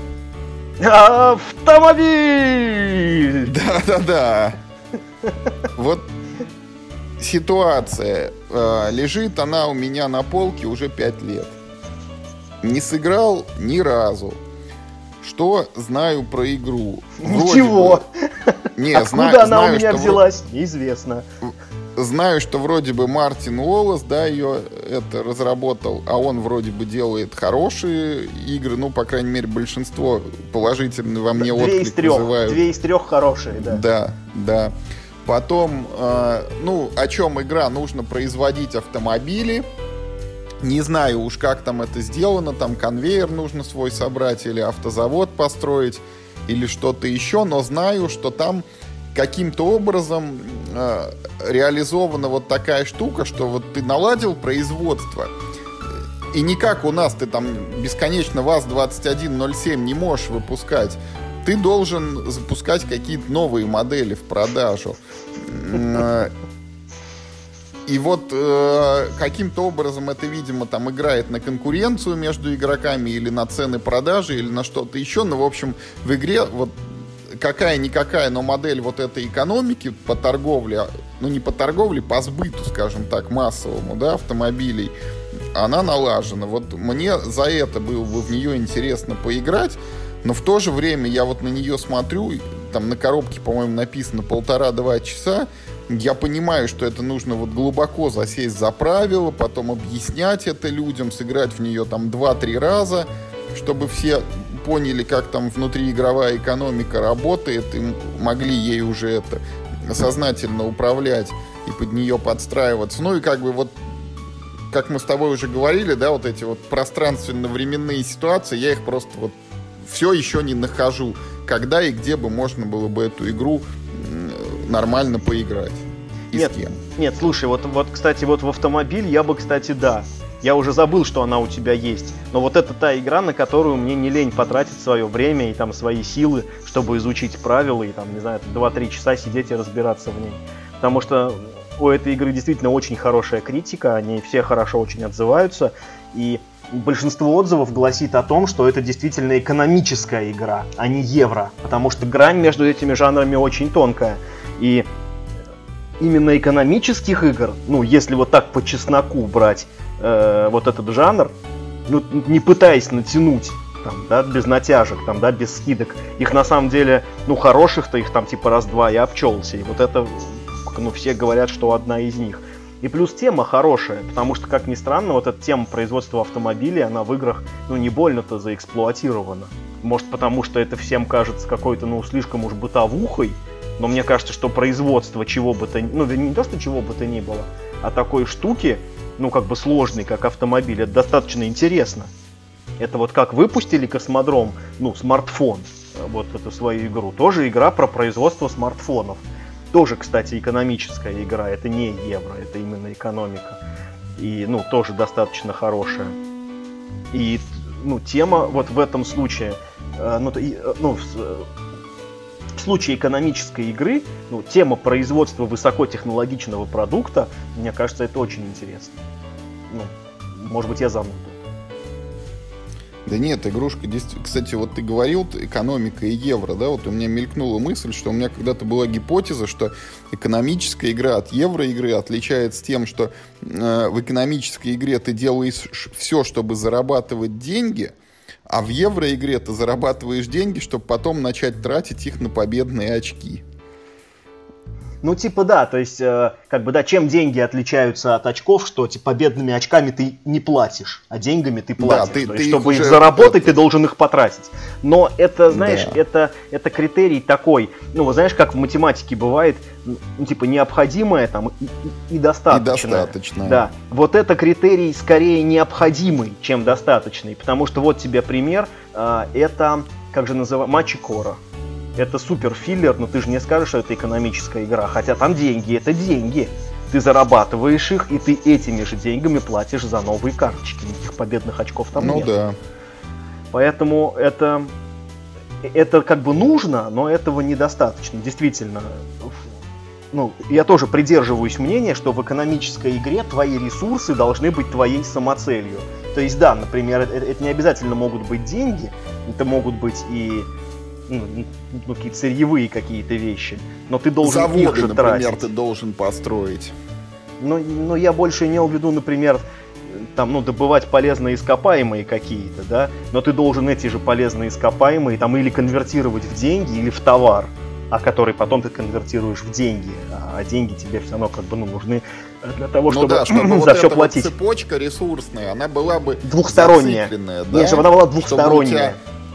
Автомобиль! Да-да-да. Вот ситуация. Лежит она у меня на полке уже 5 лет. Не сыграл ни разу. Что знаю про игру? Ничего. Откуда она у меня взялась, неизвестно. Знаю, что вроде бы Мартин Уоллес, да, ее разработал, а он вроде бы делает хорошие игры, по крайней мере, большинство положительные во мне отклик вызывают. 2 из 3 хорошие, да. Да. Потом, о чем игра? Нужно производить автомобили, Не знаю уж, как там это сделано, там конвейер нужно свой собрать, или автозавод построить, или что-то еще, но знаю, что там каким-то образом реализована вот такая штука, что вот ты наладил производство, и не как у нас, ты там бесконечно ВАЗ-2107 не можешь выпускать, ты должен запускать какие-то новые модели в продажу. И вот каким-то образом это, видимо, там играет на конкуренцию между игроками или на цены продажи, или на что-то еще. Но, в общем, в игре вот какая-никакая, но модель вот этой экономики по торговле, ну не по торговле, по сбыту, скажем так, массовому, да, автомобилей, она налажена. Вот мне за это было бы в нее интересно поиграть, но в то же время я вот на нее смотрю, там на коробке, по-моему, написано 1,5-2 часа. Я понимаю, что это нужно вот глубоко засесть за правила, потом объяснять это людям, сыграть в нее там 2-3 раза, чтобы все поняли, как там внутриигровая экономика работает, и могли ей уже это сознательно управлять и под нее подстраиваться. Ну и как бы вот, как мы с тобой уже говорили, да, вот эти вот пространственно-временные ситуации, я их просто вот все еще не нахожу, когда и где бы можно было бы эту игру нормально поиграть. И нет, с кем. Нет, слушай, вот, кстати, вот в автомобиль я бы, кстати, да. Я уже забыл, что она у тебя есть. Но вот это та игра, на которую мне не лень потратить свое время и там свои силы, чтобы изучить правила и там, не знаю, 2-3 часа сидеть и разбираться в ней. Потому что у этой игры действительно очень хорошая критика, они все хорошо очень отзываются. И большинство отзывов гласит о том, что это действительно экономическая игра, а не евро. Потому что грань между этими жанрами очень тонкая. И именно экономических игр, ну, если вот так по чесноку брать вот этот жанр, ну, не пытаясь натянуть, там, да, без натяжек, там, да, без скидок, их на самом деле, ну, хороших-то их там типа раз-два я обчелся. И вот это, ну, все говорят, что одна из них. И плюс тема хорошая, потому что, как ни странно, вот эта тема производства автомобилей, она в играх, ну, не больно-то заэксплуатирована. Может, потому что это всем кажется какой-то, ну, слишком уж бытовухой, но мне кажется, что производство чего бы то ни... Ну, не то, что чего бы то ни было, а такой штуки, ну, как бы сложной, как автомобиль, это достаточно интересно. Это вот как выпустили Космодром, ну, смартфон, вот эту свою игру. Тоже игра про производство смартфонов. Тоже, кстати, экономическая игра, это не евро, это именно экономика. И, ну, тоже достаточно хорошая. И, ну, тема вот в этом случае, в случае экономической игры, ну, тема производства высокотехнологичного продукта, мне кажется, это очень интересно. Ну, может быть, я зануда. Да нет, игрушка действительно... Кстати, вот ты говорил, экономика и евро, да, вот у меня мелькнула мысль, что у меня когда-то была гипотеза, что экономическая игра от евроигры отличается тем, что в экономической игре ты делаешь все, чтобы зарабатывать деньги, а в евроигре ты зарабатываешь деньги, чтобы потом начать тратить их на победные очки. Ну, типа, да, то есть, как бы, да, чем деньги отличаются от очков, что, типа, победными очками ты не платишь, а деньгами ты платишь. Да, то есть, чтобы их заработать, ты должен их потратить. Но это, знаешь, да. это критерий такой, ну, вот знаешь, как в математике бывает, ну, типа, необходимое там и достаточное. И достаточное. Да, вот это критерий скорее необходимый, чем достаточный, потому что вот тебе пример, это, как же называется, Мачикора. Это супер филлер, но ты же не скажешь, что это экономическая игра. Хотя там деньги, это деньги. Ты зарабатываешь их, и ты этими же деньгами платишь за новые карточки. Никаких победных очков там нет. Ну да. Поэтому это как бы нужно, но этого недостаточно. Действительно, ну, я тоже придерживаюсь мнения, что в экономической игре твои ресурсы должны быть твоей самоцелью. То есть, да, например, это не обязательно могут быть деньги, это могут быть и какие-то сырьевые какие-то вещи, но ты должен заводы, их же например, тратить. Ты должен построить. Но я больше имел в виду, например, там, ну, добывать полезные ископаемые какие-то, да, но ты должен эти же полезные ископаемые там или конвертировать в деньги, или в товар, а который потом ты конвертируешь в деньги, а деньги тебе все равно как бы, ну, нужны для того, чтобы, чтобы за все платить. Вот цепочка ресурсная, она была бы двухсторонняя. Да? Нет, чтобы она была двухсторонняя.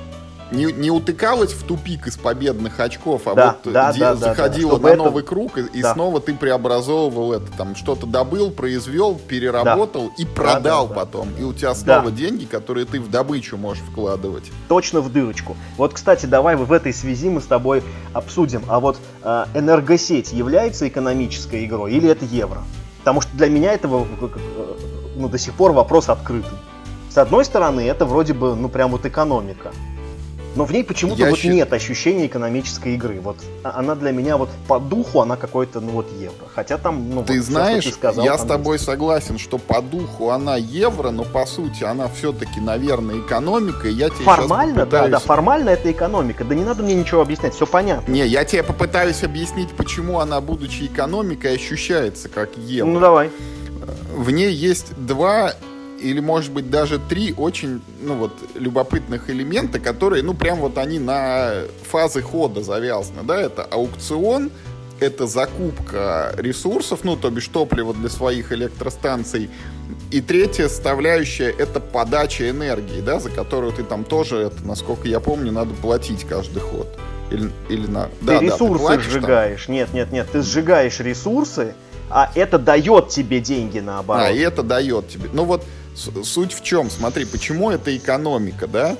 не утыкалась в тупик из победных очков, а да, вот да, заходила на новый круг, и снова ты преобразовывал это, там что-то добыл, произвел, переработал и продал потом. И у тебя снова деньги, которые ты в добычу можешь вкладывать. Точно в дырочку. Вот, кстати, давай в этой связи мы с тобой обсудим. А вот энергосеть является экономической игрой или это евро? Потому что для меня этого до сих пор вопрос открытый. С одной стороны, это вроде бы, прям вот экономика. Но в ней почему-то нет ощущения экономической игры. Вот она для меня вот по духу, она какой-то, евро. Хотя там, ты вот, знаешь, все, что ты сказал, я с тобой согласен, что по духу она евро, но по сути она все-таки, наверное, экономика. И я тебе формально, формально это экономика. Да не надо мне ничего объяснять, все понятно. Не, я тебе попытаюсь объяснить, почему она, будучи экономикой, ощущается как евро. Ну давай. В ней есть два или, может быть, даже три очень, любопытных элемента, которые, прям вот они на фазы хода завязаны, да, это аукцион, это закупка ресурсов, то бишь топлива для своих электростанций, и третья составляющая — это подача энергии, да, за которую ты там тоже, насколько я помню, надо платить каждый ход. Или на... Ты ресурсы сжигаешь, нет, ты сжигаешь ресурсы, а это дает тебе деньги наоборот. И это дает тебе. Суть в чем? Смотри, почему это экономика, да?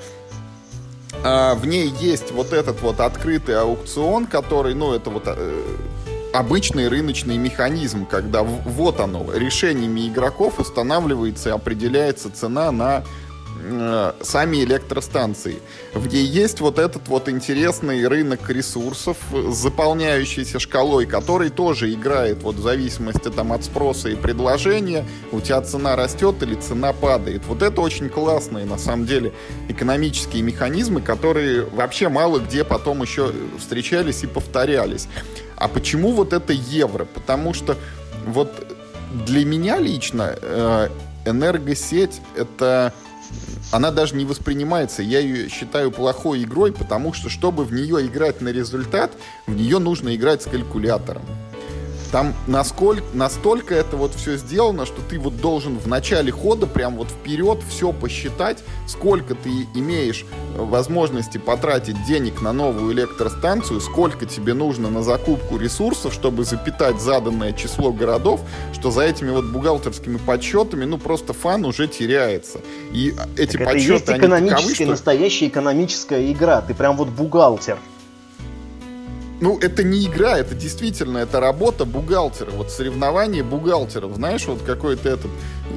В ней есть вот этот вот открытый аукцион, который, это вот обычный рыночный механизм, когда вот оно, решениями игроков устанавливается и определяется цена на сами электростанции. В ней есть вот этот вот интересный рынок ресурсов, заполняющийся шкалой, который тоже играет вот в зависимости там от спроса и предложения. У тебя цена растет или цена падает. Вот это очень классные, на самом деле, экономические механизмы, которые вообще мало где потом еще встречались и повторялись. А почему вот это евро? Потому что вот для меня лично энергосеть — это... Она даже не воспринимается, я ее считаю плохой игрой, потому что, чтобы в нее играть на результат, в нее нужно играть с калькулятором. Там настолько это вот все сделано, что ты вот должен в начале хода прям вот вперед все посчитать, сколько ты имеешь возможности потратить денег на новую электростанцию, сколько тебе нужно на закупку ресурсов, чтобы запитать заданное число городов, что за этими вот бухгалтерскими подсчетами, просто фан уже теряется. И эти так подсчеты, это есть экономическая, настоящая экономическая игра. Ты прям вот бухгалтер. Это не игра, это действительно, это работа бухгалтера, вот соревнование бухгалтеров, знаешь, вот какой-то этот,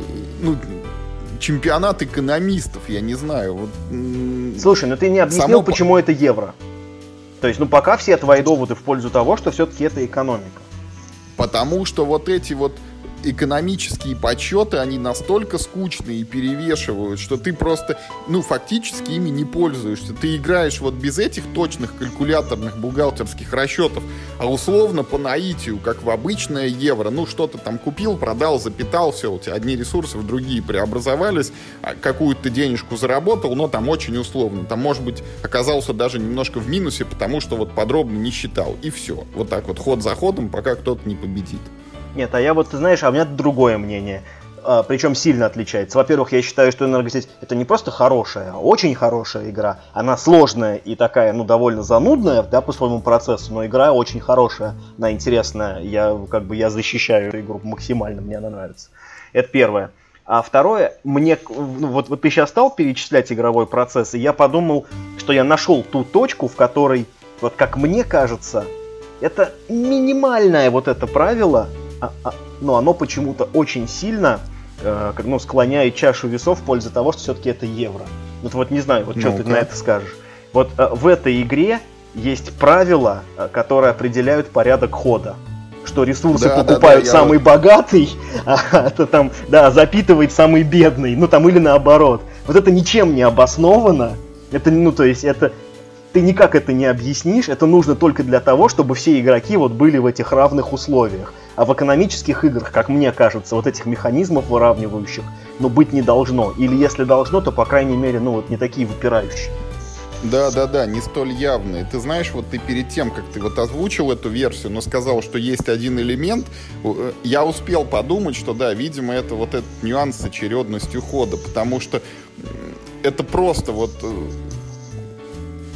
чемпионат экономистов, я не знаю. Вот, слушай, ты не объяснил, почему это евро. То есть, пока все твои доводы в пользу того, что все-таки это экономика. Потому что вот эти вот экономические подсчеты, они настолько скучные и перевешивают, что ты просто, фактически ими не пользуешься. Ты играешь вот без этих точных калькуляторных бухгалтерских расчетов, а условно по наитию, как в обычное евро. Что-то там купил, продал, запитал, все, у тебя одни ресурсы в другие преобразовались, какую-то ты денежку заработал, но там очень условно. Там, может быть, оказался даже немножко в минусе, потому что вот подробно не считал. И все. Вот так вот, ход за ходом, пока кто-то не победит. Нет, а я вот, ты знаешь, у меня другое мнение, причем сильно отличается. Во-первых, я считаю, что энергосеть — это не просто хорошая, а очень хорошая игра. Она сложная и такая, довольно занудная, да, по своему процессу, но игра очень хорошая, она интересная. Я защищаю эту игру максимально, мне она нравится. Это первое. А второе, мне, вот ты сейчас стал перечислять игровой процесс, и я подумал, что я нашел ту точку, в которой, вот как мне кажется, это минимальное вот это правило, но оно почему-то очень сильно склоняет чашу весов в пользу того, что все-таки это евро. Вот не знаю, что ты на это скажешь. Вот в этой игре есть правила, которые определяют порядок хода. Что ресурсы покупают самый богатый, а это там, запитывает самый бедный, или наоборот. Вот это ничем не обосновано. Это, это... Ты никак это не объяснишь, это нужно только для того, чтобы все игроки были в этих равных условиях. А в экономических играх, как мне кажется, вот этих механизмов выравнивающих, быть не должно. Или если должно, то, по крайней мере, не такие выпирающие. Да, не столь явные. Ты знаешь, вот ты перед тем, как ты озвучил эту версию, но сказал, что есть один элемент, я успел подумать, что видимо, это этот нюанс с очередностью хода, потому что это просто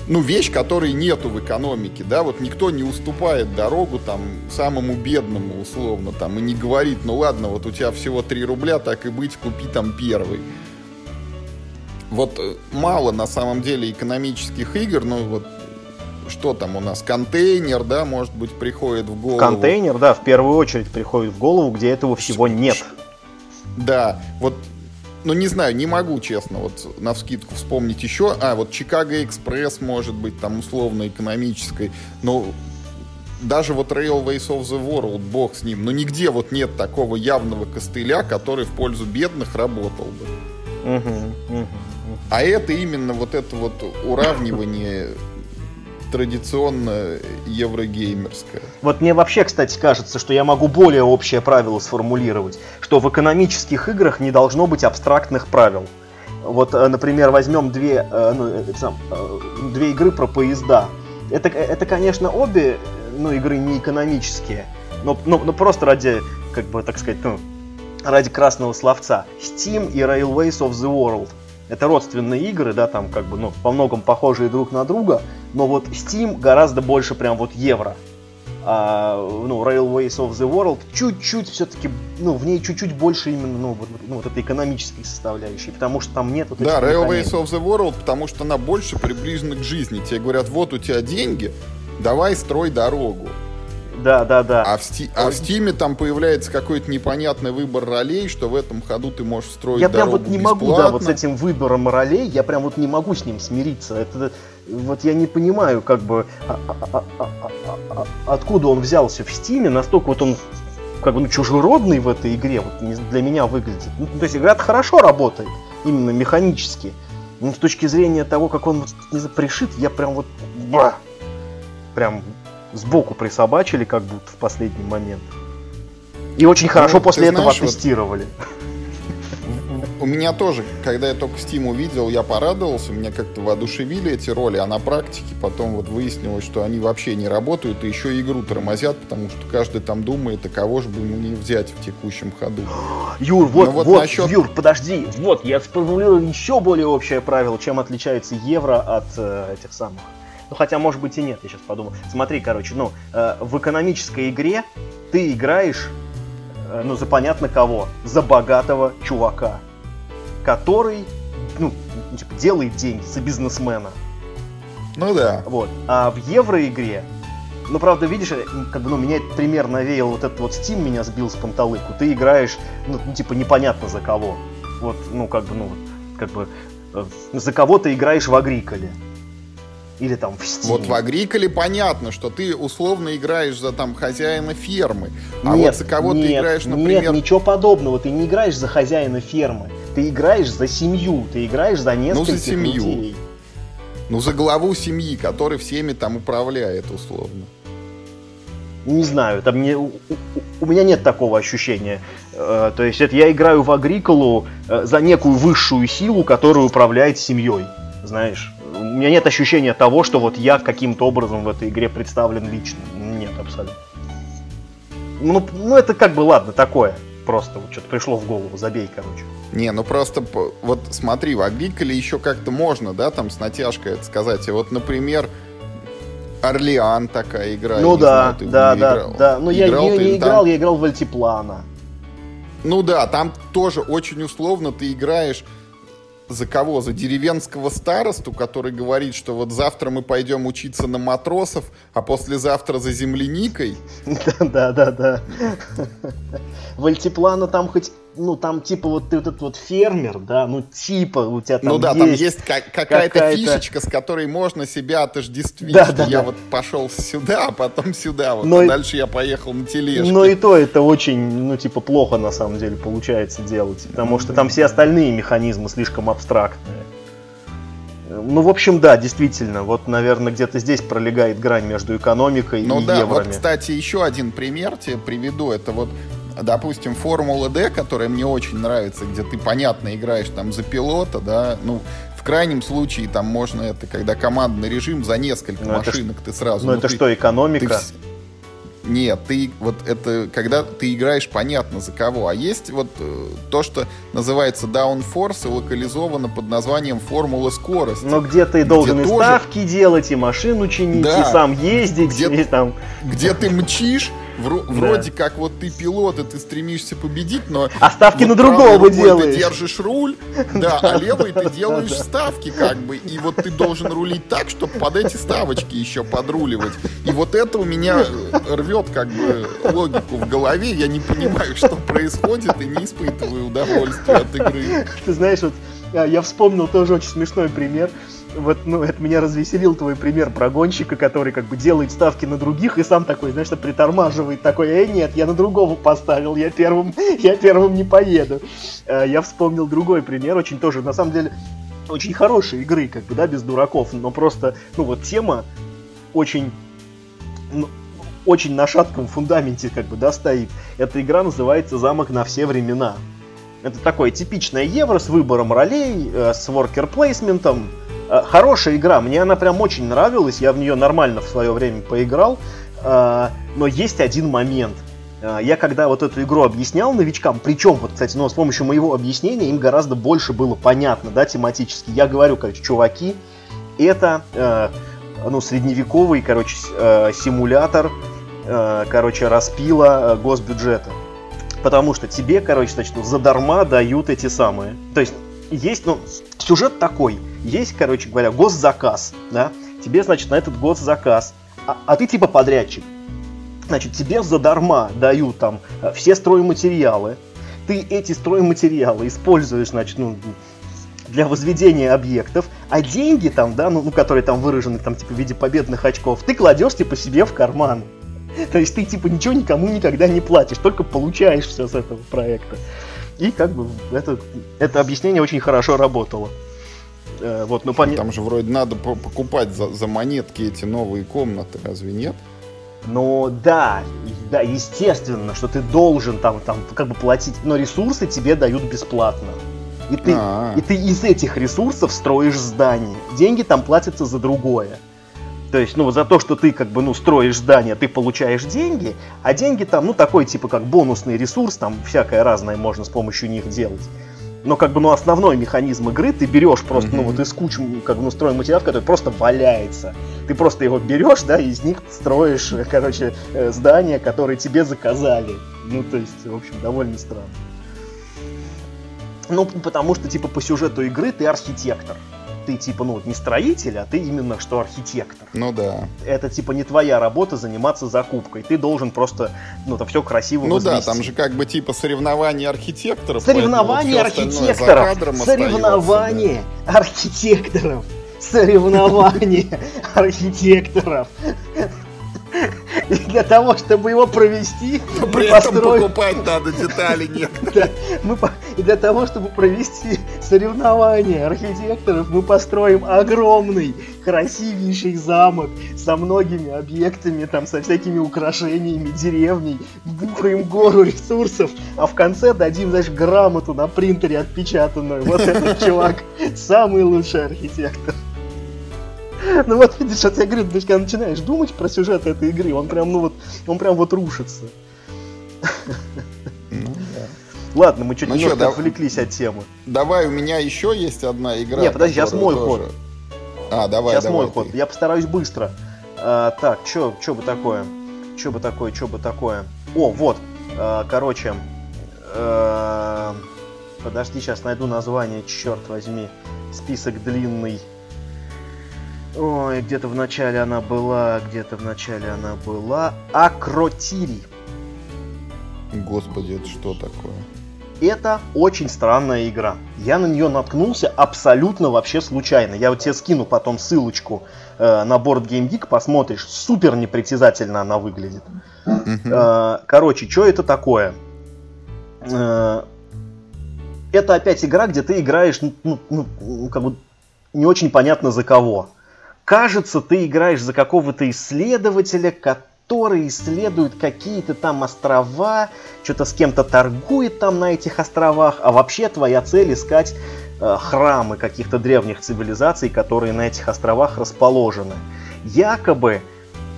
вещь, которой нету в экономике, да, вот никто не уступает дорогу там самому бедному, условно, там, и не говорит, ну ладно, вот у тебя всего 3 рубля, так и быть, купи там первый. Вот мало на самом деле экономических игр, ну вот что там у нас, контейнер, да, может быть, приходит в голову. Контейнер, да, в первую очередь приходит в голову, где этого всего нет. Да, вот, ну не знаю, не могу, честно, вот навскидку вспомнить еще. Вот Chicago Express, может быть, там условно экономической, но даже вот Railways of the World, бог с ним, но нигде вот нет такого явного костыля, который в пользу бедных работал бы. А это именно вот это вот уравнивание традиционно еврогеймерское. Вот мне вообще, кстати, кажется, что я могу более общее правило сформулировать, что в экономических играх не должно быть абстрактных правил. Вот, например, возьмем две игры про поезда. Это, конечно, обе игры не экономические, но просто ради, как бы, так сказать, ради красного словца. Steam и Railways of the World. Это родственные игры, да, там как бы, во многом похожие друг на друга, но вот Steam гораздо больше прям вот евро. Railways of the World чуть-чуть все-таки, в ней чуть-чуть больше именно, вот этой экономической составляющей, потому что там нет вот этих механизмов. Да, Railways of the World, потому что она больше приближена к жизни. Тебе говорят, вот у тебя деньги, давай строй дорогу. Да. А в Steam там появляется какой-то непонятный выбор ролей, что в этом ходу ты можешь строить дорогу бесплатно. Я прям вот не могу, да, вот с этим выбором ролей, я прям вот не могу с ним смириться. Это вот я не понимаю, как бы, откуда он взялся в Steam, настолько вот он, как бы, чужеродный в этой игре, вот для меня выглядит. То есть игра-то хорошо работает, именно механически. Но с точки зрения того, как он пришит, я прям вот, прям сбоку присобачили, как будто в последний момент. И очень хорошо после этого оттестировали. У меня тоже, когда я только Steam увидел, я порадовался, меня как-то воодушевили эти роли, а на практике потом вот выяснилось, что они вообще не работают, и еще игру тормозят, потому что каждый там думает, а кого же бы ему не взять в текущем ходу. Юр, Юр, подожди, я сформулировал еще более общее правило, чем отличается евро от этих самых. Хотя, может быть, и нет, я сейчас подумал. Смотри, короче, в экономической игре ты играешь, за понятно кого, за богатого чувака, который, делает деньги, за бизнесмена. Ну да. Вот. А в евроигре, правда, видишь, как бы, меня этот пример навеял, вот этот вот Steam меня сбил с панталыку. Ты играешь, непонятно за кого. Вот, за кого ты играешь в Агриколе. Или там в Steam. Вот в Агриколе понятно, что ты условно играешь за там хозяина фермы. А вот за кого ты играешь, например... Нет, ничего подобного. Ты не играешь за хозяина фермы. Ты играешь за семью. Ты играешь за нескольких людей. За главу семьи, который всеми там управляет, условно. Не знаю, там у меня нет такого ощущения. То есть это я играю в Агриколу за некую высшую силу, которая управляет семьей. Знаешь, у меня нет ощущения того, что вот я каким-то образом в этой игре представлен лично. Нет, абсолютно. Это как бы, ладно, такое. Просто вот что-то пришло в голову, забей, короче. Не, просто вот смотри, в Агриколе еще как-то можно, да, там с натяжкой это сказать. И вот, например, Орлеан такая игра. Да. Но я не играл, я играл в Альтиплана. Там тоже очень условно ты играешь за кого? За деревенского старосту, который говорит, что вот завтра мы пойдем учиться на матросов, а послезавтра за земляникой. Да. В Альтиплана там хоть, там типа вот ты вот этот вот фермер, да, типа у тебя там есть... там есть какая-то фишечка, с которой можно себя отождествить. Я вот пошел сюда, а потом сюда, а дальше я поехал на тележке. Но и то это очень, плохо на самом деле получается делать, потому что там все остальные механизмы слишком абстрактные. В общем, да, действительно, вот, наверное, где-то здесь пролегает грань между экономикой и евроми. Вот, кстати, еще один пример тебе приведу, это вот, допустим, Формула D, которая мне очень нравится, где ты, понятно, играешь там за пилота, да, в крайнем случае там можно это, когда командный режим, за несколько машинок ты сразу... это что, экономика? Нет, ты вот это, когда ты играешь, понятно за кого. А есть вот то, что называется Downforce, и локализовано под названием Формула скорости. Но где ты должен и тоже... ставки делать, и машину чинить, да, и сам ездить, и там... Где ты мчишь, вроде как вот ты пилот, и ты стремишься победить, но... А ставки вот на другого делаешь. Ты держишь руль, да, а левый ты делаешь ставки как бы. И вот ты должен рулить так, чтобы под эти ставочки еще подруливать. И вот это у меня рвет как бы логику в голове. Я не понимаю, что происходит, и не испытываю удовольствия от игры. Ты знаешь, вот я вспомнил тоже очень смешной пример. Вот, ну, это меня развеселил твой пример про гонщика, который как бы делает ставки на других и сам такой, знаешь, притормаживает, такой, нет, я на другого поставил, я первым не поеду. Я вспомнил другой пример, очень тоже, на самом деле, очень хорошей игры, как бы, да, без дураков, но просто, ну, вот тема очень, ну, очень на шатком фундаменте, как бы, да, стоит. Эта игра называется «Замок на все времена». Это такое типичное евро с выбором ролей, с воркер-плейсментом. Хорошая игра, мне она прям очень нравилась, я в нее нормально в свое время поиграл, но есть один момент. Я когда вот эту игру объяснял новичкам, причем, вот, кстати, ну, с помощью моего объяснения им гораздо больше было понятно, да, тематически. Я говорю, короче, чуваки, это, ну, средневековый, короче, симулятор, короче, распила госбюджета. Потому что тебе, короче, значит, задарма дают эти самые. То есть, есть, ну, сюжет такой. Есть, короче говоря, госзаказ, да, тебе, значит, на этот госзаказ, а ты типа подрядчик, значит, тебе задарма дают там все стройматериалы, ты эти стройматериалы используешь, значит, ну, для возведения объектов, а деньги там, да, ну, которые там выражены, там, типа, в виде победных очков, ты кладешь, типа, себе в карман. То есть ты, типа, ничего никому никогда не платишь, только получаешь все с этого проекта. И, как бы, это объяснение очень хорошо работало. Вот, ну, там же вроде надо покупать за монетки эти новые комнаты, разве нет? Ну да, естественно, что ты должен там как бы платить, но ресурсы тебе дают бесплатно. И ты из этих ресурсов строишь здание. Деньги там платятся за другое. То есть, ну, за то, что ты как бы, ну, строишь здание, ты получаешь деньги, а деньги там, ну, такой типа как бонусный ресурс, там всякое разное можно с помощью них делать. Но как бы, ну, основной механизм игры ты берешь просто, ну, вот из кучи, как бы, ну, стройматериалов, который просто валяется. Ты просто его берешь, да, и из них строишь, короче, здания, которые тебе заказали. Ну, то есть, в общем, довольно странно. Ну, потому что, типа, по сюжету игры ты архитектор. Ты, типа, ну, не строитель, а ты именно что архитектор. Ну да. Это, типа, не твоя работа заниматься закупкой. Ты должен просто, ну, там все красиво возвести. Ну да, там же как бы, типа, соревнования архитекторов. Соревнования архитекторов! Соревнования архитекторов! Соревнования архитекторов! И для того, чтобы его провести, при этом покупать надо детали некоторые. И для того, чтобы провести соревнования архитекторов, мы построим огромный, красивейший замок со многими объектами, там, со всякими украшениями, деревней, вбухаем гору ресурсов, а в конце дадим, знаешь, грамоту на принтере отпечатанную. Вот этот чувак самый лучший архитектор. Ну вот видишь, я говорю, ты когда начинаешь думать про сюжет этой игры, он прям вот рушится. Ну, да. Ладно, мы чуть немножко отвлеклись от темы. Давай, у меня еще есть одна игра. Не, подожди, сейчас мой ход. Давай. Сейчас мой ход. Я постараюсь быстро. Так, что бы такое? Что бы такое? О, вот. Короче. Подожди, сейчас найду название, черт возьми. Список длинный. Ой, где-то в начале она была. Акротири. Господи, это что такое? Это очень странная игра. Я на нее наткнулся абсолютно вообще случайно. Я вот тебе скину потом ссылочку на Board Game Geek, посмотришь. Супер непритязательно она выглядит. Короче, что это такое? Это опять игра, где ты играешь, как бы не очень понятно за кого. Кажется, ты играешь за какого-то исследователя, который исследует какие-то там острова, что-то с кем-то торгует там на этих островах, а вообще твоя цель искать храмы каких-то древних цивилизаций, которые на этих островах расположены. Якобы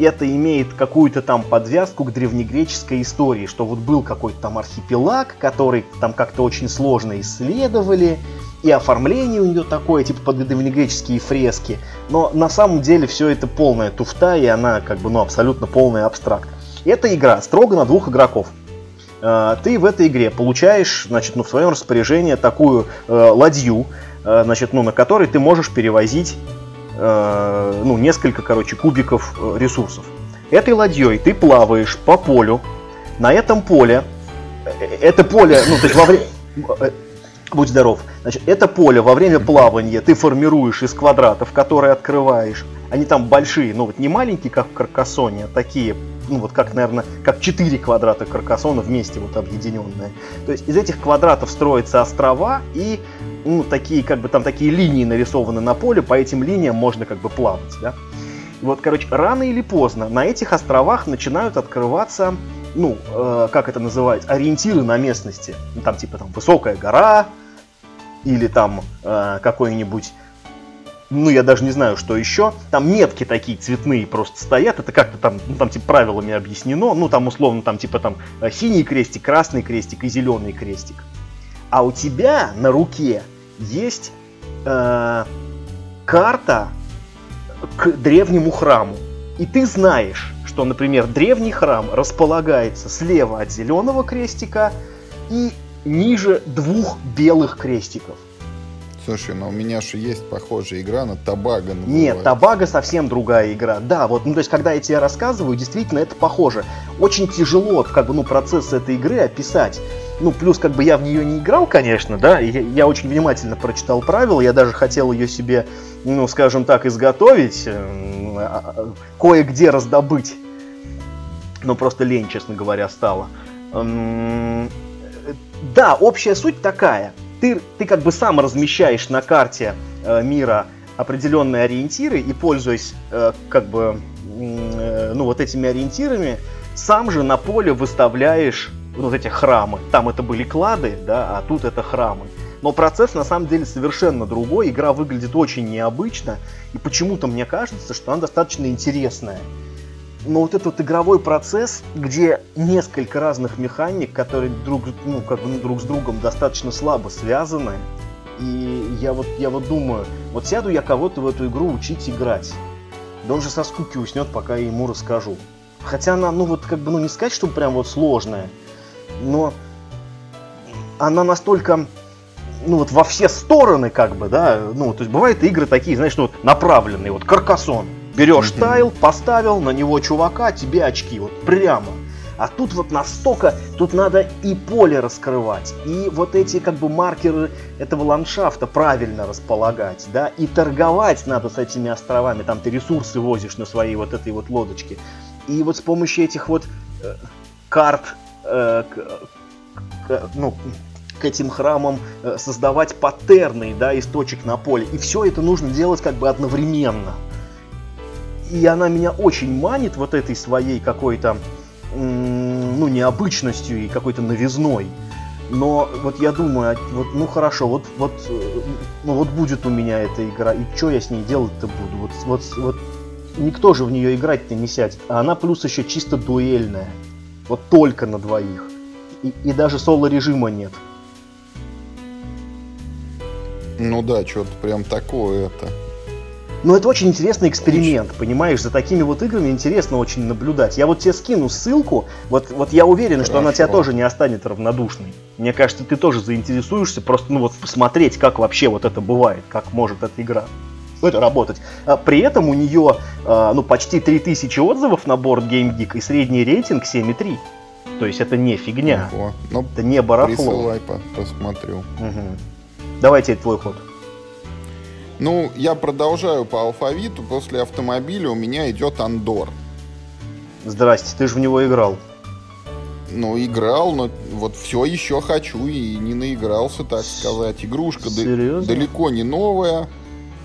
это имеет какую-то там подвязку к древнегреческой истории, что вот был какой-то там архипелаг, который там как-то очень сложно исследовали, и оформление у нее такое, типа под древнегреческие фрески. Но на самом деле все это полная туфта, и она как бы, абсолютно полный абстракт. Эта игра строго на 2 игроков. Ты в этой игре получаешь, значит, в своем распоряжении такую ладью, значит, на которой ты можешь перевозить несколько, кубиков ресурсов. Этой ладьей ты плаваешь по полю. На этом поле, это поле, то есть во время... Будь здоров. Значит, это поле во время плавания ты формируешь из квадратов, которые открываешь. Они там большие, не маленькие, как в Каркассоне, а такие, как 4 квадрата Каркассона вместе объединенные. То есть из этих квадратов строятся острова и, такие, такие линии нарисованы на поле, по этим линиям можно плавать, да. И рано или поздно на этих островах начинают открываться, как это называется, ориентиры на местности. Там высокая гора, или там какой-нибудь, я даже не знаю, что еще. Там метки такие цветные просто стоят, это как-то там правилами объяснено. Там условно, синий крестик, красный крестик и зеленый крестик. А у тебя на руке есть карта к древнему храму. И ты знаешь, что, например, древний храм располагается слева от зеленого крестика и ниже 2 белых крестиков. Слушай, у меня же есть похожая игра на Табаго. Нет, Табаго совсем другая игра. Да, то есть, когда я тебе рассказываю, действительно это похоже. Очень тяжело, процесс этой игры описать. Плюс, я в нее не играл, конечно, да, я очень внимательно прочитал правила, я даже хотел ее себе, скажем так, изготовить, кое-где раздобыть. Но просто лень, честно говоря, стало. Да, общая суть такая. Ты сам размещаешь на карте мира определенные ориентиры и, пользуясь этими ориентирами, сам же на поле выставляешь эти храмы. Там это были клады, да, а тут это храмы. Но процесс на самом деле совершенно другой. Игра выглядит очень необычно, и почему-то мне кажется, что она достаточно интересная. Но этот игровой процесс, где несколько разных механик, которые друг с другом достаточно слабо связаны, и я думаю, сяду я кого-то в эту игру учить играть. Да он же со скуки уснет, пока я ему расскажу. Хотя она, не сказать, что прям сложная, но она настолько, во все стороны, да, то есть бывают игры такие, знаешь, направленные, Каркассон. Берешь тайл, поставил на него чувака, тебе очки, прямо. А тут настолько, тут надо и поле раскрывать, и эти маркеры этого ландшафта правильно располагать, да, и торговать надо с этими островами, там ты ресурсы возишь на своей этой лодочке. И с помощью этих карт, к этим храмам создавать паттерны, да, из точек на поле. И все это нужно делать одновременно. И она меня очень манит этой своей какой-то, необычностью и какой-то новизной. Но я думаю, хорошо, будет у меня эта игра, и что я с ней делать-то буду? Никто же в нее играть-то не сядет. А она плюс еще чисто дуэльная. Только на 2. И даже соло-режима нет. Да, что-то прям такое это. Но это очень интересный эксперимент, понимаешь? За такими играми интересно очень наблюдать. Я тебе скину ссылку, я уверен, Хорошо. Что она тебя тоже не останет равнодушной. Мне кажется, ты тоже заинтересуешься просто, посмотреть, как вообще это бывает, как может эта игра это работать. При этом у нее, почти 3000 отзывов на Board Game Geek и средний рейтинг 7,3. То есть это не фигня. Ого. Это не барахло. Присылай, посмотрю. Угу. Давайте твой ход. Я продолжаю по алфавиту. После автомобиля у меня идет Андор. Здрасте, ты же в него играл. Играл, но все еще хочу и не наигрался, так сказать. Игрушка Серьезно? далеко не новая.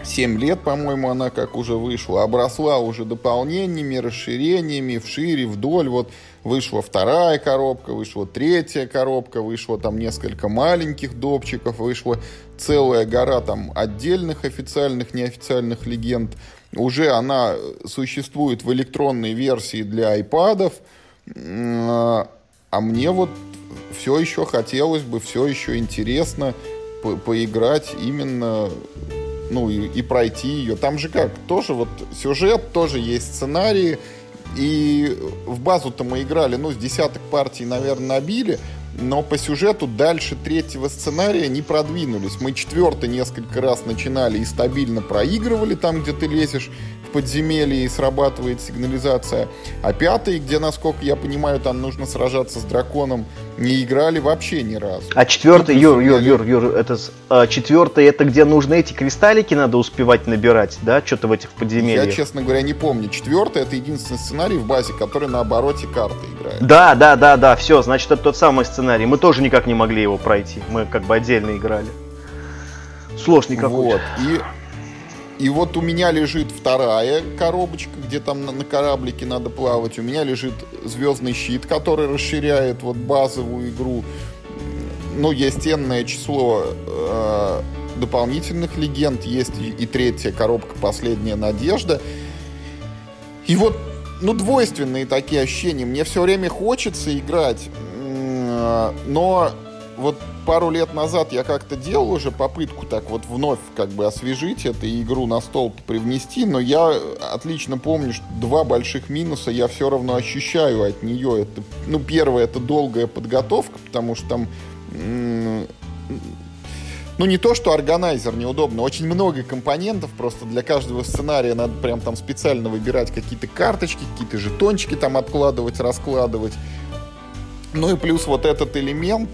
7 лет, по-моему, она как уже вышла. Обросла уже дополнениями, расширениями, вшире, вдоль. Вот вышла вторая коробка, вышла третья коробка, вышло там несколько маленьких допчиков, вышла целая гора там отдельных официальных, неофициальных легенд. Уже она существует в электронной версии для айпадов. А мне вот все еще хотелось бы, все еще интересно поиграть именно, ну и пройти ее. Там же как, тоже вот сюжет, тоже есть сценарии. И в базу-то мы играли, ну, с десяток партий, наверное, набили, но по сюжету дальше третьего сценария не продвинулись. Мы четвертый несколько раз начинали и стабильно проигрывали там, где ты лезешь в подземелье и срабатывает сигнализация. А пятый, где, насколько я понимаю, там нужно сражаться с драконом, не играли вообще ни разу. А четвертый, Юр, это четвертый, это где нужно эти кристаллики надо успевать набирать, да, что-то в этих подземельях? Я, честно говоря, не помню. Четвертый — это единственный сценарий в базе, который на обороте карты играет. Да, все, значит, это тот самый сценарий. Мы тоже никак не могли его пройти, мы как бы отдельно играли. Сложный какой-то. Вот, и вот у меня лежит вторая коробочка, где там на кораблике надо плавать. У меня лежит звездный щит, который расширяет вот базовую игру. Ну, есть энное число дополнительных легенд. Есть и третья коробка «Последняя надежда». И вот, ну, двойственные такие ощущения. Мне все время хочется играть, но вот пару лет назад я как-то делал уже попытку так вот вновь как бы освежить эту игру, на стол привнести, но я отлично помню, что два больших минуса я все равно ощущаю от нее. Это, ну, первое — это долгая подготовка, потому что там, ну, не то, что органайзер неудобно, очень много компонентов, просто для каждого сценария надо прям там специально выбирать какие-то карточки, какие-то жетончики там откладывать, раскладывать. Ну и плюс вот этот элемент,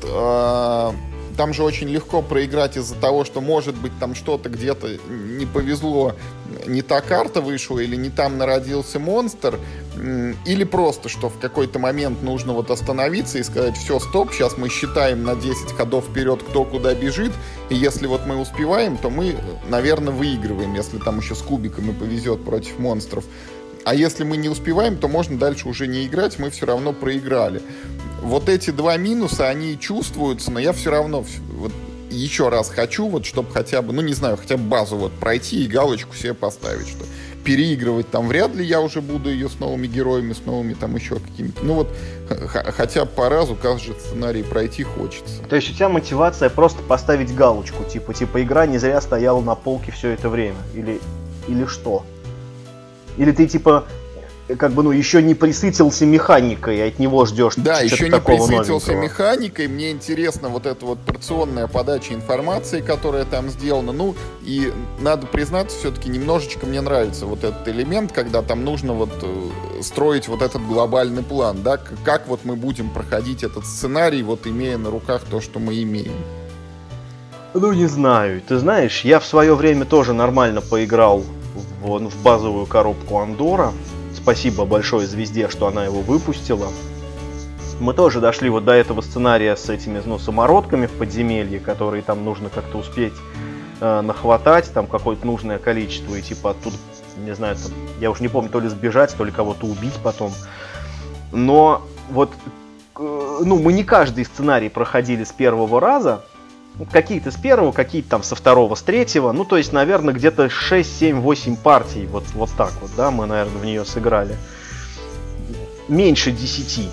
там же очень легко проиграть из-за того, что, может быть, там что-то где-то не повезло, не та карта вышла, или не там народился монстр, или просто, что в какой-то момент нужно вот остановиться и сказать: все, стоп, сейчас мы считаем на 10 ходов вперед, кто куда бежит, и если вот мы успеваем, то мы, наверное, выигрываем, если там еще с кубиками повезет против монстров. А если мы не успеваем, то можно дальше уже не играть, мы все равно проиграли. Вот эти два минуса, они чувствуются, но я все равно вот еще раз хочу, вот, чтобы хотя бы, ну не знаю, хотя бы базу вот пройти и галочку себе поставить, что переигрывать там вряд ли я уже буду ее с новыми героями, с новыми там еще какими-то. Ну вот хотя бы по разу каждый сценарий пройти хочется. То есть у тебя мотивация просто поставить галочку, типа игра не зря стояла на полке все это время, или что? Или ты типа как бы, ну, еще не присытился механикой, и от него ждешь. Да, еще не присытился механикой. Мне интересна вот эта вот порционная подача информации, которая там сделана. Ну, и надо признаться, все-таки немножечко мне нравится вот этот элемент, когда там нужно вот строить вот этот глобальный план, да, как вот мы будем проходить этот сценарий, вот имея на руках то, что мы имеем. Ну, не знаю. Ты знаешь, я в свое время тоже нормально поиграл в базовую коробку Андора. Спасибо большое Звезде, что она его выпустила. Мы тоже дошли вот до этого сценария с этими, ну, самородками в подземелье, которые там нужно как-то успеть нахватать, там какое-то нужное количество, и типа оттуда, не знаю, там, я уж не помню, то ли сбежать, то ли кого-то убить потом. Но вот, ну, мы не каждый сценарий проходили с первого раза. Какие-то с первого, какие-то там со второго, с третьего. Ну, то есть, наверное, где-то 6, 7, 8 партий. Вот так вот, да, мы, наверное, в нее сыграли. Меньше 10.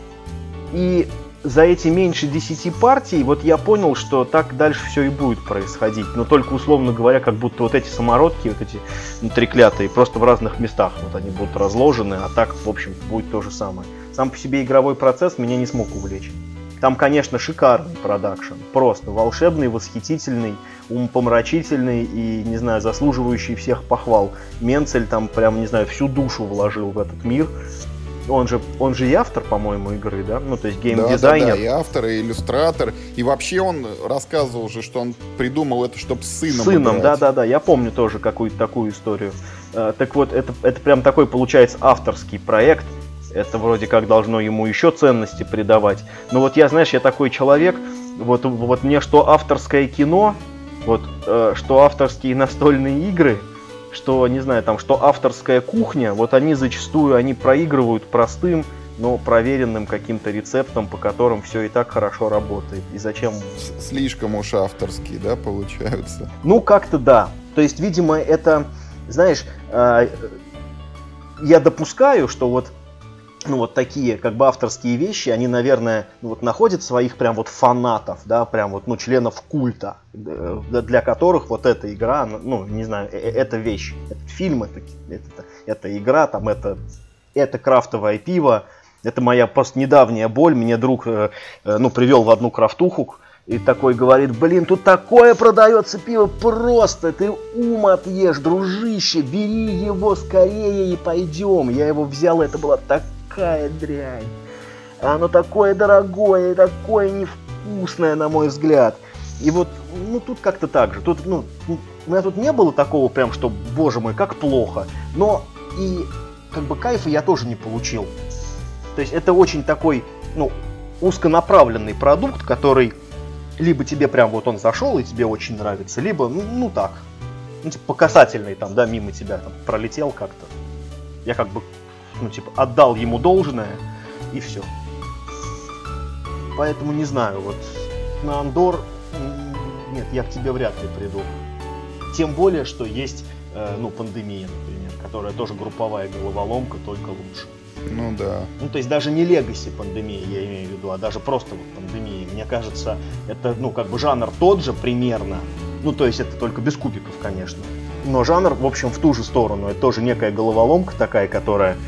И за эти меньше 10 партий, вот я понял, что так дальше все и будет происходить. Но только, условно говоря, как будто вот эти самородки, вот эти треклятые, просто в разных местах вот они будут разложены, а так, в общем, будет то же самое. Сам по себе игровой процесс меня не смог увлечь. Там, конечно, шикарный продакшн, просто волшебный, восхитительный, умопомрачительный и, не знаю, заслуживающий всех похвал. Менцель там прям, не знаю, всю душу вложил в этот мир. Он же и автор, по-моему, игры, да? Ну, то есть геймдизайнер. Да, и автор, и иллюстратор. И вообще он рассказывал же, что он придумал это, чтобы с сыном играть. Да, я помню тоже какую-то такую историю. Так вот, это прям такой, получается, авторский проект. Это вроде как должно ему еще ценности придавать. Но вот я, знаешь, я такой человек, вот мне что авторское кино, Вот, что авторские настольные игры, что, не знаю, там, что авторская кухня, вот они зачастую, они проигрывают простым, но проверенным каким-то рецептом, по которым все и так хорошо работает. И зачем? Слишком уж авторские, да, получаются? Ну, как-то да. То есть, видимо, это, знаешь, я допускаю, что вот, ну, вот такие, как бы, авторские вещи, они, наверное, ну, вот находят своих прям вот фанатов, да, прям вот, ну, членов культа, для которых вот эта игра, ну, не знаю, это вещь, этот фильм, это игра, там, это крафтовое пиво, это моя просто недавняя боль. Мне друг, ну, привел в одну крафтуху и такой говорит: блин, тут такое продается пиво, просто ты ум отъешь, дружище, бери его скорее и пойдем. Я его взял, это была такая дрянь. Оно такое дорогое и такое невкусное, на мой взгляд. И вот, ну, тут как-то так же. Тут, ну, у меня тут не было такого прям, что, боже мой, как плохо. Но и, как бы, кайфа я тоже не получил. То есть это очень такой, ну, узконаправленный продукт, который либо тебе прям вот он зашел и тебе очень нравится, либо, ну так, ну, типа, по касательной там, да, мимо тебя там пролетел как-то. Я как бы, ну, типа, отдал ему должное и все. Поэтому не знаю, вот на Андор, нет, я к тебе вряд ли приду. Тем более, что есть, ну, пандемия, например, которая тоже групповая головоломка, только лучше. Ну да. Ну, то есть даже не легаси пандемии, я имею в виду, а даже просто вот пандемия. Мне кажется, это, ну, как бы жанр тот же примерно. Ну, то есть это только без кубиков, конечно. Но жанр, в общем, в ту же сторону. Это тоже некая головоломка такая, которая,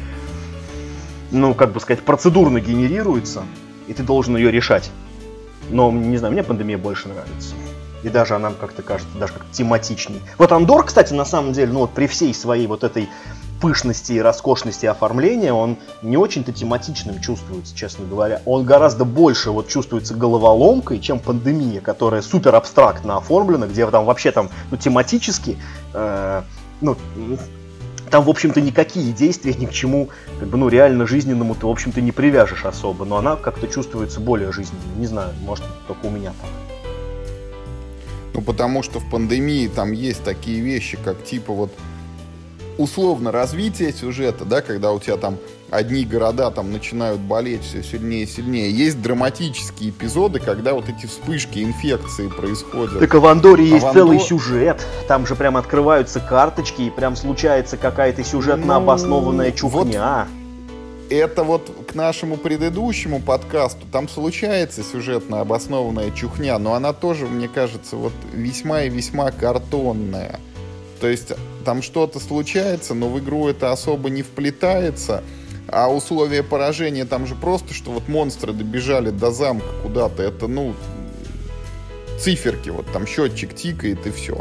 ну, как бы сказать, процедурно генерируется, и ты должен ее решать. Но, не знаю, мне пандемия больше нравится. И даже она как-то кажется, даже как-то тематичней. Вот Андор, кстати, на самом деле, ну вот при всей своей вот этой пышности и роскошности оформления, он не очень-то тематичным чувствуется, честно говоря. Он гораздо больше вот чувствуется головоломкой, чем пандемия, которая супер абстрактно оформлена, где там вообще там, ну, тематически, ну, там, в общем-то, никакие действия ни к чему, как бы, ну, реально жизненному ты, в общем-то, не привяжешь особо, но она как-то чувствуется более жизненной. Не знаю, может, только у меня так. Ну, потому что в пандемии там есть такие вещи, как типа вот условно развитие сюжета, да, когда у тебя там одни города там начинают болеть все сильнее и сильнее. Есть драматические эпизоды, когда вот эти вспышки инфекции происходят. Так в Андоре есть целый сюжет. Там же прям открываются карточки, и прям случается какая-то сюжетно обоснованная чухня. Вот это вот к нашему предыдущему подкасту. Там случается сюжетно обоснованная чухня, но она тоже, мне кажется, вот весьма и весьма картонная. То есть там что-то случается, но в игру это особо не вплетается. А условия поражения там же просто, что вот монстры добежали до замка куда-то. Это, ну, циферки, вот там счетчик тикает и все.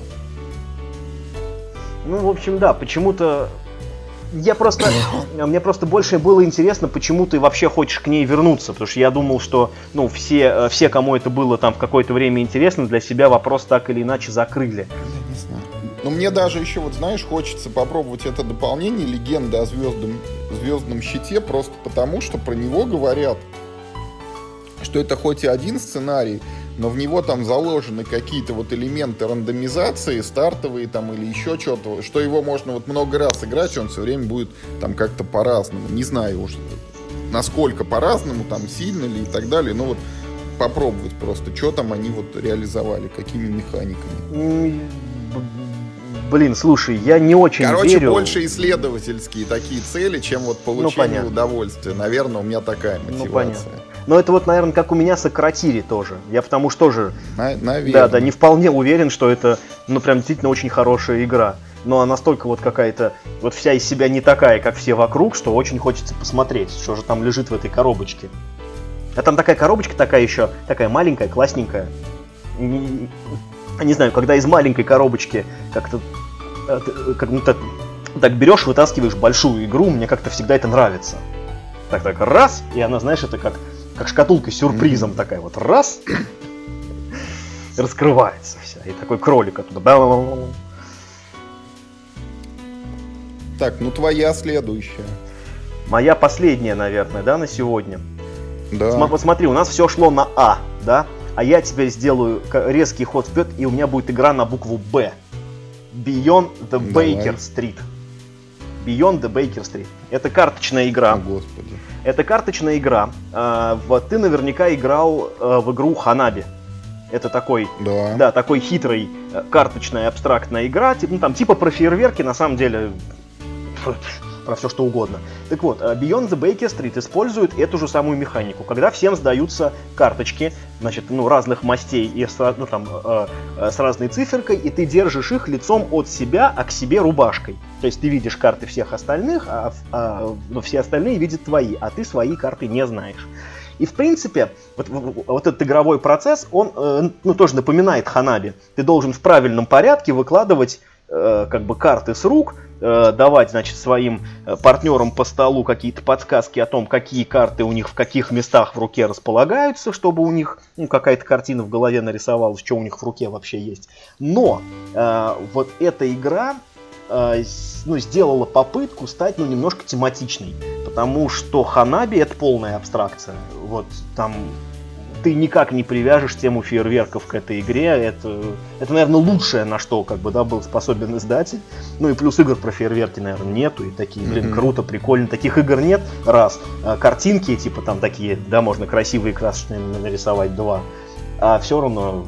Ну, в общем, да, почему-то... Мне просто больше было интересно, почему ты вообще хочешь к ней вернуться. Потому что я думал, что, ну, все, кому это было там в какое-то время интересно, для себя вопрос так или иначе закрыли. Я не знаю. Но мне даже еще, вот знаешь, хочется попробовать это дополнение «Легенда о звездном щите», просто потому, что про него говорят, что это хоть и один сценарий, но в него там заложены какие-то вот элементы рандомизации, стартовые там или еще что-то, что его можно вот много раз играть, и он все время будет там как-то по-разному. Не знаю уж, насколько по-разному, там сильно ли и так далее, но вот попробовать просто, что там они вот реализовали, какими механиками. Блин, слушай, я не очень верю. Короче, больше исследовательские такие цели, чем вот получение удовольствия. Наверное, у меня такая мотивация. Ну, понятно. Но это вот, наверное, как у меня с Акротири тоже. Я потому что тоже, наверное. Да, не вполне уверен, что это, ну, прям действительно очень хорошая игра. Но она настолько вот какая-то, вот вся из себя не такая, как все вокруг, что очень хочется посмотреть, что же там лежит в этой коробочке. А там такая коробочка такая еще, такая маленькая, классненькая. Не знаю, когда из маленькой коробочки как-то так берешь, вытаскиваешь большую игру, мне как-то всегда это нравится. Так, раз, и она, знаешь, это как шкатулка с сюрпризом такая вот, раз, раскрывается вся, и такой кролик оттуда. Так, ну твоя следующая. Моя последняя, наверное, да, на сегодня. Да. Посмотри, у нас все шло на А, да? а я теперь сделаю резкий ход вперед, и у меня будет игра на букву Б. Beyond the Baker Street. Beyond the Baker Street. Это карточная игра. О, Господи. Это карточная игра. Ты наверняка играл в игру Hanabi. Это такой, да, такой хитрый карточная абстрактная игра, типа про фейерверки, на самом деле про все что угодно. Так вот, Beyond the Baker Street использует эту же самую механику, когда всем сдаются карточки, значит, разных мастей и с разной циферкой, и ты держишь их лицом от себя, а к себе рубашкой. То есть ты видишь карты всех остальных, но все остальные видят твои, а ты свои карты не знаешь. И, в принципе, вот этот игровой процесс, он тоже напоминает Hanabi. Ты должен в правильном порядке выкладывать карты с рук, давать, значит, своим партнерам по столу какие-то подсказки о том, какие карты у них в каких местах в руке располагаются, чтобы у них какая-то картина в голове нарисовалась, что у них в руке вообще есть. Но вот эта игра сделала попытку стать немножко тематичной, потому что Hanabi — это полная абстракция. Вот там ты никак не привяжешь тему фейерверков к этой игре. Это, наверное, лучшее, на что был способен издатель. Ну и плюс игр про фейерверки, наверное, нету. И такие, круто, прикольно. Таких игр нет, раз. Картинки, типа там такие, да, можно красивые, красочные нарисовать, два. А все равно,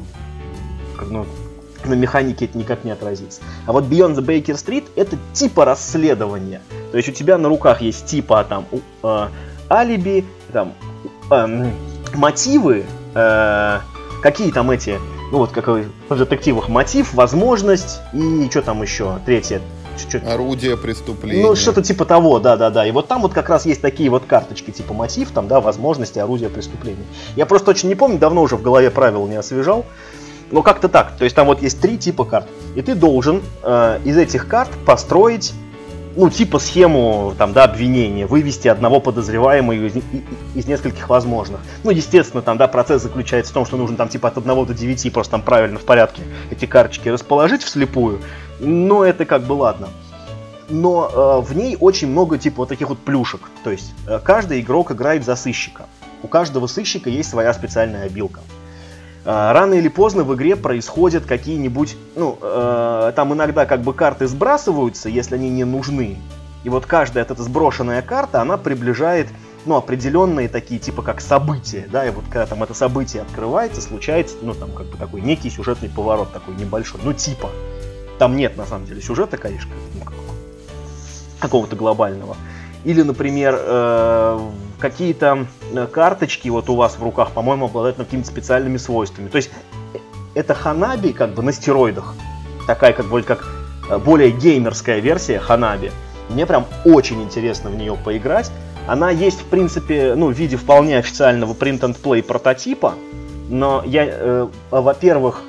на механике это никак не отразится. А вот Beyond the Baker Street — это типа расследование. То есть у тебя на руках есть типа там алиби, там мотивы, какие там эти, как в детективах, мотив, возможность и что там еще, третье. Орудие преступления. Что-то типа того, да. И вот там вот как раз есть такие вот карточки, типа мотив, там, да, возможности, орудие преступления. Я просто очень не помню, давно уже в голове правила не освежал. Но как-то так. То есть там вот есть 3 типа карт. И ты должен из этих карт построить, типа схему там, да, обвинения, вывести одного подозреваемого из нескольких возможных. Естественно, там, да, процесс заключается в том, что нужно там типа от 1 до 9 просто там правильно в порядке эти карточки расположить вслепую. Но это ладно. Но в ней очень много типа вот таких вот плюшек. То есть каждый игрок играет за сыщика. У каждого сыщика есть своя специальная обилка. Рано или поздно в игре происходят какие-нибудь, там иногда карты сбрасываются, если они не нужны. И вот каждая эта сброшенная карта, она приближает, определенные такие, типа как события, да, и вот когда там это событие открывается, случается, такой некий сюжетный поворот такой небольшой, типа. Там нет, на самом деле, сюжета, конечно, какого-то глобального. Или, например, какие-то карточки вот у вас в руках, по-моему, обладают какими-то специальными свойствами. То есть это Hanabi на стероидах. Такая как более геймерская версия Hanabi. Мне прям очень интересно в нее поиграть. Она есть, в принципе, в виде вполне официального print-and-play прототипа. Но я, во-первых,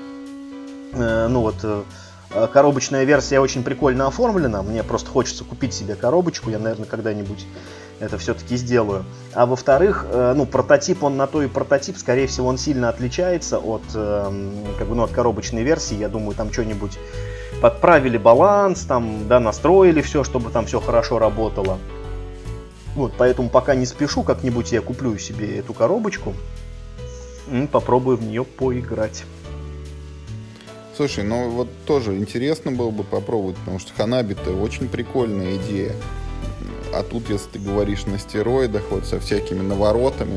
коробочная версия очень прикольно оформлена. Мне просто хочется купить себе коробочку. Я, наверное, когда-нибудь это все-таки сделаю. А во-вторых, прототип, он на то и прототип. Скорее всего, он сильно отличается от, от коробочной версии. Я думаю, там что-нибудь подправили баланс, там, да, настроили все, чтобы там все хорошо работало. Вот, поэтому пока не спешу. Как-нибудь я куплю себе эту коробочку и попробую в нее поиграть. Слушай, вот тоже интересно было бы попробовать, потому что Hanabi-то очень прикольная идея. А тут, если ты говоришь на стероидах, вот со всякими наворотами,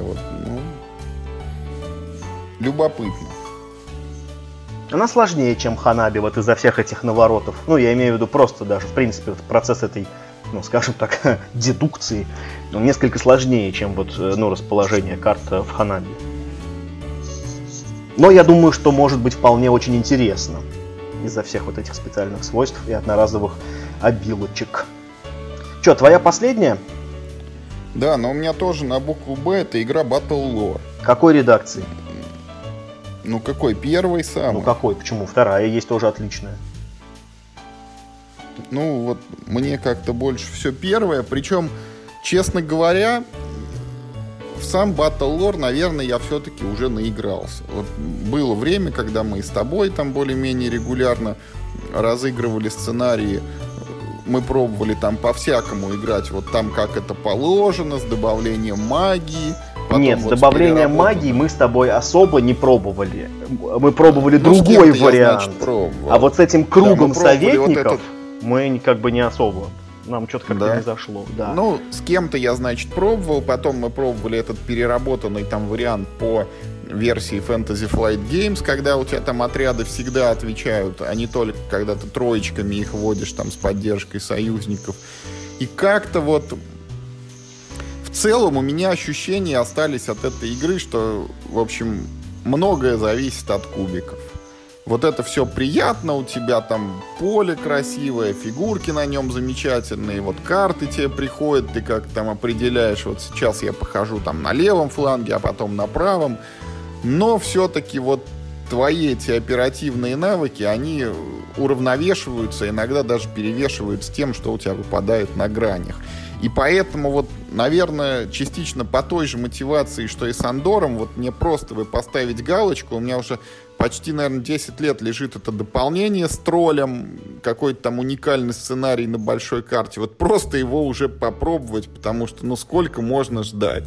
любопытно. Она сложнее, чем Hanabi, вот из-за всех этих наворотов. Я имею в виду просто даже, в принципе, процесс этой, скажем так, дедукции, несколько сложнее, чем расположение карт в Hanabi. Но я думаю, что может быть вполне очень интересно из-за всех вот этих специальных свойств и одноразовых обилочек. Че, твоя последняя? Да, но у меня тоже на букву Б это игра Battle Lore. Какой редакции? Какой? Первый самый. Какой? Почему? Вторая есть тоже отличная. Мне как-то больше все первое. Причем, честно говоря, в сам Battle Lore, наверное, я все-таки уже наигрался. Вот было время, когда мы с тобой там более-менее регулярно разыгрывали сценарии. Мы пробовали там по-всякому играть, вот там как это положено, с добавлением магии, Нет, с вот добавлением магии мы с тобой особо не пробовали. Мы пробовали другой вариант. А вот с этим кругом советников мы как бы не особо. Нам что-то как-то не зашло. Да. Ну, с кем-то я, значит, пробовал. Потом мы пробовали этот переработанный там вариант по версии Fantasy Flight Games, когда у тебя там отряды всегда отвечают, а не только когда ты троечками их водишь там с поддержкой союзников. И как-то вот в целом у меня ощущения остались от этой игры, что, в общем, многое зависит от кубиков. Вот это все приятно, у тебя там поле красивое, фигурки на нем замечательные, вот карты тебе приходят, ты как там определяешь, вот сейчас я похожу там на левом фланге, а потом на правом, но все-таки вот твои эти оперативные навыки, они уравновешиваются, иногда даже перевешивают с тем, что у тебя выпадает на гранях. И поэтому вот, наверное, частично по той же мотивации, что и с Андором, вот мне просто бы поставить галочку, у меня уже почти, наверное, 10 лет лежит это дополнение с троллем, какой-то там уникальный сценарий на большой карте, вот просто его уже попробовать, потому что, ну, сколько можно ждать?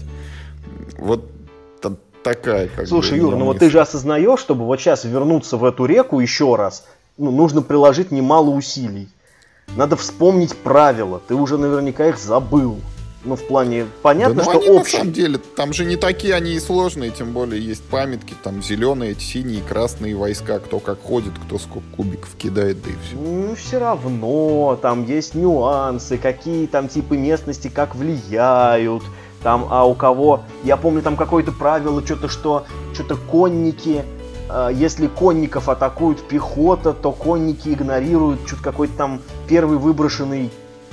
Вот такая, как Слушай, Юр, ну вот ты же осознаешь, чтобы вот сейчас вернуться в эту реку еще раз, ну, нужно приложить немало усилий. Надо вспомнить правила, ты уже наверняка их забыл. Ну, в плане, понятно, да, что они, общие. На самом деле, там же не такие они и сложные, тем более есть памятки, там зеленые, синие, красные войска, кто как ходит, кто сколько кубиков кидает, да и все. Ну, все равно, там есть нюансы, какие там типы местности как влияют. Там, а у кого, я помню, там какое-то правило, что-то конники, если конников атакуют пехота, то конники игнорируют что-то какой-то там первый выброшенный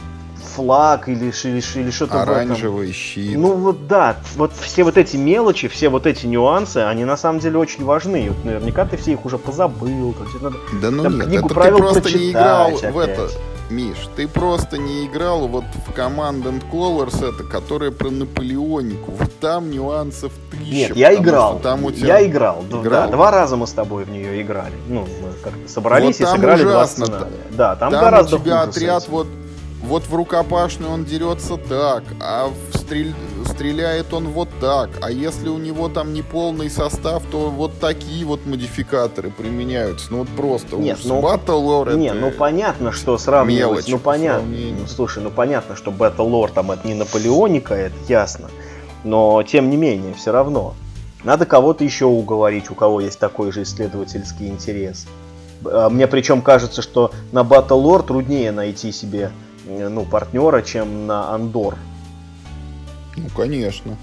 флаг или что-то оранжевый щит. Ну вот да, вот все вот эти мелочи, все вот эти нюансы, они на самом деле очень важны. Вот наверняка ты все их уже позабыл. Надо, да ну там, нет, книгу это правил ты просто не играл опять. В это. Миш, ты просто не играл вот в Command and Colors, это, которая про Наполеонику. Вот там нюансов тысяча. Нет, я играл. Там у тебя... Я играл. Да, 2 раза мы с тобой в нее играли. Ну, мы как-то собрались вот и сыграли ужасно, 2 сценария. Да, там гораздо хуже. У тебя отряд вот в рукопашную он дерется так, а стреляет он вот так. А если у него там не полный состав, то вот такие вот модификаторы применяются. Ну вот просто. Нет, Battle Lore нет, ну понятно, что сравнивать. Мелочь, ну понятно. Ну, слушай, ну понятно, что Battle Lore там это не Наполеоника, это ясно. Но тем не менее, все равно. Надо кого-то еще уговорить, у кого есть такой же исследовательский интерес. Мне причем кажется, что на Battle Lore труднее найти себе партнера, чем на Андор. Ну, конечно.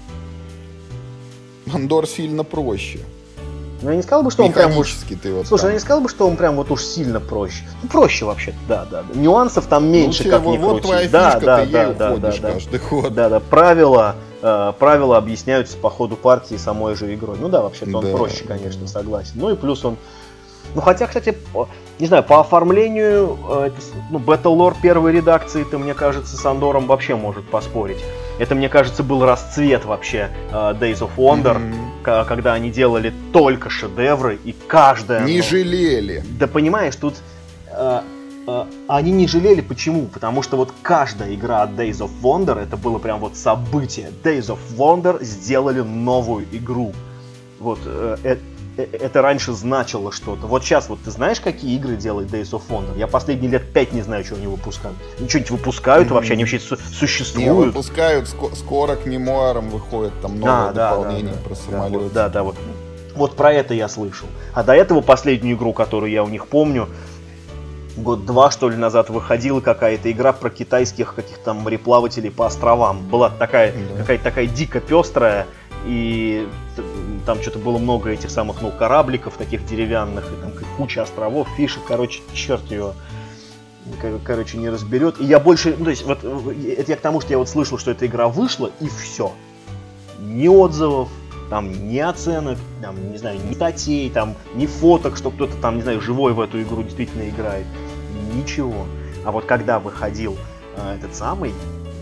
Андор сильно проще. Ну, я не сказал бы, что он прям уж... Вот слушай, я не сказал бы, что он прям вот уж сильно проще. Ну, проще вообще-то, да. Нюансов там меньше, как ни крути. Вот твоя фишка, ты ей уходишь каждый ход. Да. Правила объясняются по ходу партии самой же игрой. Ну да, вообще-то он проще, конечно, согласен. Ну и плюс он... Ну, хотя, кстати, не знаю, по оформлению Battle Lore первой редакции, ты, мне кажется, с Андором вообще может поспорить. Это, мне кажется, был расцвет вообще Days of Wonder, когда они делали только шедевры, и каждая... Не жалели. Да понимаешь, тут... они не жалели, почему? Потому что вот каждая игра от Days of Wonder, это было прям вот событие. Days of Wonder сделали новую игру. Вот, это раньше значило что-то. Вот сейчас, вот ты знаешь, какие игры делает Days of Wonder? Я последние лет 5 не знаю, что они выпускают. Они что-нибудь выпускают вообще? Они вообще существуют? Не, выпускают, скоро к мемуарам выходит там новое дополнение про самолет. Да, вот про это я слышал. А до этого последнюю игру, которую я у них помню, 2 что ли назад выходила какая-то игра про китайских каких-то там мореплавателей по островам. Была какая-то такая дико пестрая, и там что-то было много этих самых, корабликов таких деревянных, и там куча островов, фишек, черт его, не разберет. И я больше, то есть, вот, это я к тому, что я вот слышал, что эта игра вышла, и все. Ни отзывов, там, ни оценок, там, не знаю, ни статей, там, ни фоток, что кто-то там, не знаю, живой в эту игру действительно играет. Ничего. А вот когда выходил этот самый,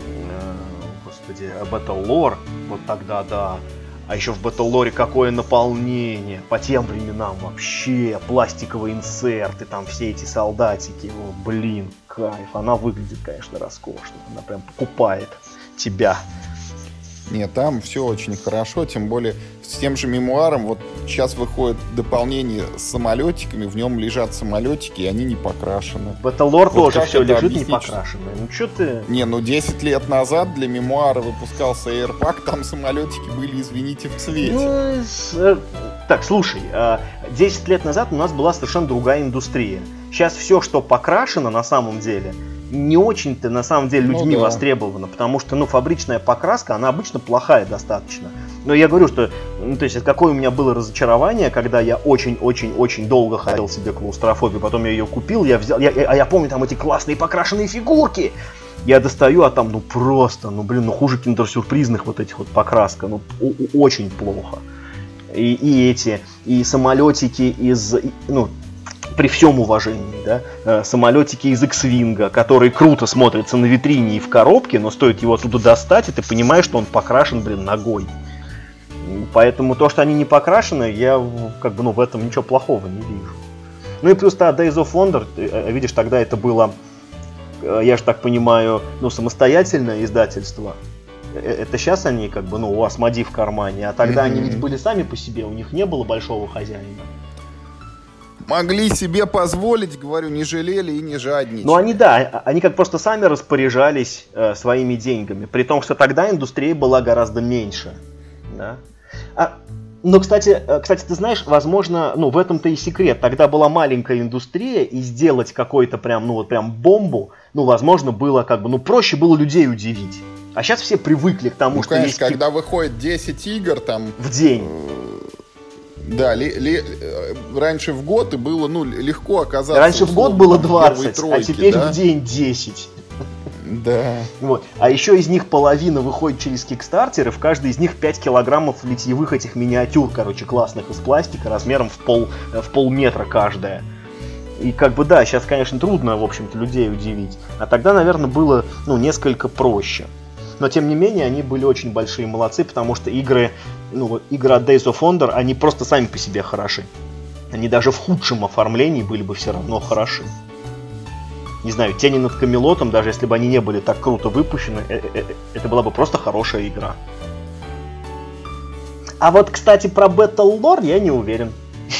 Battle Lore, вот тогда, да. А еще в Battle Lore какое наполнение. По тем временам вообще. Пластиковые инсерты, там все эти солдатики. О, блин, кайф. Она выглядит, конечно, роскошно. Она прям покупает тебя. Нет, там все очень хорошо, тем более с тем же мемуаром. Вот сейчас выходит дополнение с самолетиками, в нем лежат самолетики, и они не покрашены. Battlelore Вот тоже все лежит объяснить, не покрашенное. Ну что ты... Не, 10 лет назад для мемуара выпускался Airpack, там самолетики были, извините, в цвете. Так, слушай, 10 лет назад у нас была совершенно другая индустрия. Сейчас все, что покрашено на самом деле, не очень-то на самом деле людьми востребовано, потому что, фабричная покраска, она обычно плохая достаточно. Но я говорю, что, то есть, какое у меня было разочарование, когда я очень-очень-очень долго хотел себе клаустрофобию, потом я ее купил, я помню там эти классные покрашенные фигурки. Я достаю, а там, просто, хуже киндер-сюрпризных вот этих вот покраска, очень плохо. И самолетики из, при всем уважении, да, самолетики из X-Wing, которые круто смотрятся на витрине и в коробке, но стоит его оттуда достать, и ты понимаешь, что он покрашен, ногой. Поэтому то, что они не покрашены, я в этом ничего плохого не вижу. И плюс Days of Wonder, видишь, тогда это было, я же так понимаю, самостоятельное издательство. Это сейчас они у Асмодей в кармане, а тогда они ведь были сами по себе, у них не было большого хозяина. Могли себе позволить, говорю, не жалели и не жадничали. Они просто сами распоряжались своими деньгами, при том, что тогда индустрия была гораздо меньше. Да? Но, кстати, ты знаешь, возможно, в этом-то и секрет. Тогда была маленькая индустрия, и сделать какой-то прям бомбу, возможно, было проще было людей удивить. А сейчас все привыкли к тому, что конечно, есть... когда выходит 10 игр там... В день. Да, раньше в год и было, легко оказаться... Раньше в год было 20, тройки, а теперь да? в день 10. Да. Вот. А еще из них половина выходит через Kickstarter, и в каждой из них 5 килограммов литьевых этих миниатюр, классных из пластика, размером в полметра каждая. И сейчас, конечно, трудно, в общем-то, людей удивить. А тогда, наверное, было, несколько проще. Но, тем не менее, они были очень большие молодцы, потому что игры от Days of Wonder, они просто сами по себе хороши. Они даже в худшем оформлении были бы все равно хороши. Не знаю, Тени над Камелотом, даже если бы они не были так круто выпущены, это была бы просто хорошая игра. А вот, кстати, про Battlelore я не уверен.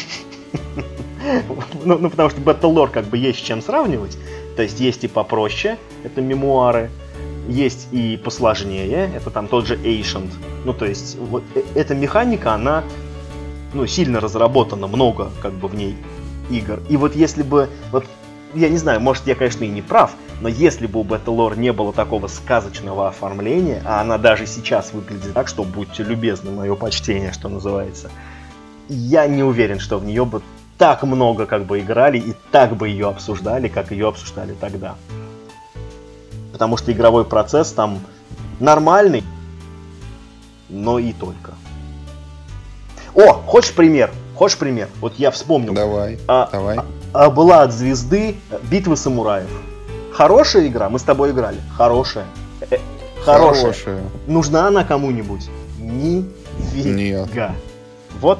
Потому что Battlelore есть с чем сравнивать. То есть есть и попроще, это мемуары. Есть и посложнее, это там тот же Ancient. То есть вот эта механика, она сильно разработана, много в ней игр. И вот если бы, я не знаю, может я, конечно, и не прав, но если бы у Battlelore не было такого сказочного оформления, а она даже сейчас выглядит так, что будьте любезны, мое почтение, что называется, я не уверен, что в нее бы так много играли и так бы ее обсуждали, как ее обсуждали тогда. Потому что игровой процесс там нормальный, но и только. О, хочешь пример? Вот я вспомнил. Давай, давай. Была от Звезды «Битвы самураев». Хорошая игра, мы с тобой играли. Хорошая. Хорошая. Нужна она кому-нибудь? Нифига. Нет. Вот.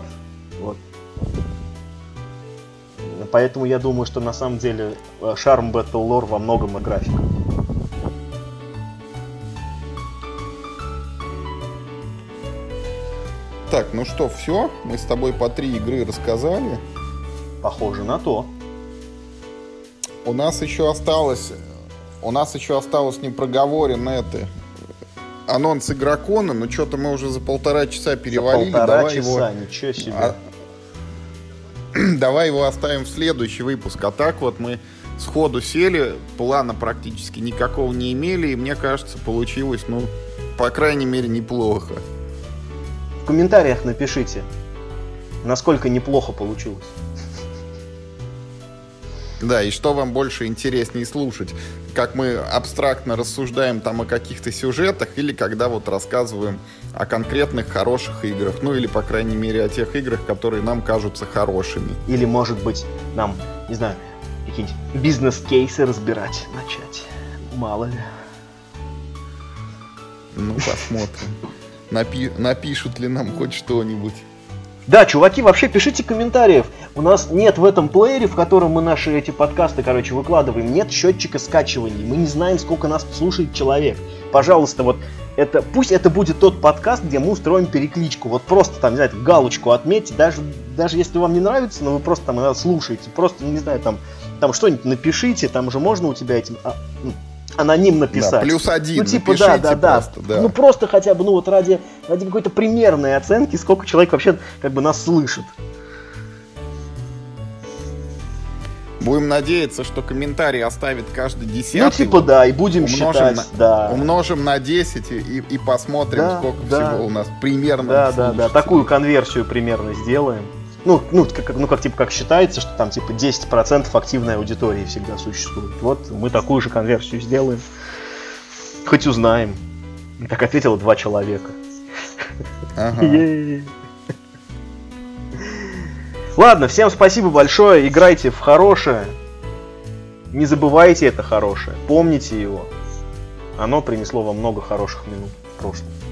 Поэтому я думаю, что на самом деле шарм Battlelore во многом и графика. Так, что, все? Мы с тобой по 3 игры рассказали. Похоже на то. У нас еще осталось непроговоренный анонс Игрокона, но что-то мы уже за 1,5 часа перевалили. Ничего себе. Давай его оставим в следующий выпуск. А так вот мы сходу сели, плана практически никакого не имели, и мне кажется, получилось, по крайней мере, неплохо. В комментариях напишите, насколько неплохо получилось. Да, и что вам больше интереснее слушать? Как мы абстрактно рассуждаем там о каких-то сюжетах, или когда рассказываем о конкретных хороших играх, или, по крайней мере, о тех играх, которые нам кажутся хорошими. Или, может быть, нам, не знаю, какие-нибудь бизнес-кейсы разбирать начать. Мало ли. Посмотрим. Напишут ли нам хоть что-нибудь. Да, чуваки, вообще пишите комментариев. У нас нет в этом плеере, в котором мы наши эти подкасты, выкладываем, нет счетчика скачиваний. Мы не знаем, сколько нас слушает человек. Пожалуйста, пусть это будет тот подкаст, где мы устроим перекличку. Вот просто там, не знаю, галочку отметьте, даже если вам не нравится, но вы просто там слушаете, просто, не знаю, там что-нибудь напишите, там же можно у тебя этим анонимно писать. Да, +1, ну, типа, напишите да. да. Ну, просто хотя бы, ну, вот ради какой-то примерной оценки, сколько человек вообще как бы нас слышит. Будем надеяться, что комментарий оставит каждый 10-й. Ну, типа, да, и будем считать, умножим на 10 и посмотрим, сколько всего у нас примерно. Да, такую конверсию примерно сделаем. Как считается, что там, типа, 10% активной аудитории всегда существует. Вот мы такую же конверсию сделаем. Хоть узнаем. И так ответило 2 человека. Ага. Ладно, всем спасибо большое, играйте в хорошее, не забывайте это хорошее, помните его, оно принесло вам много хороших минут в прошлом.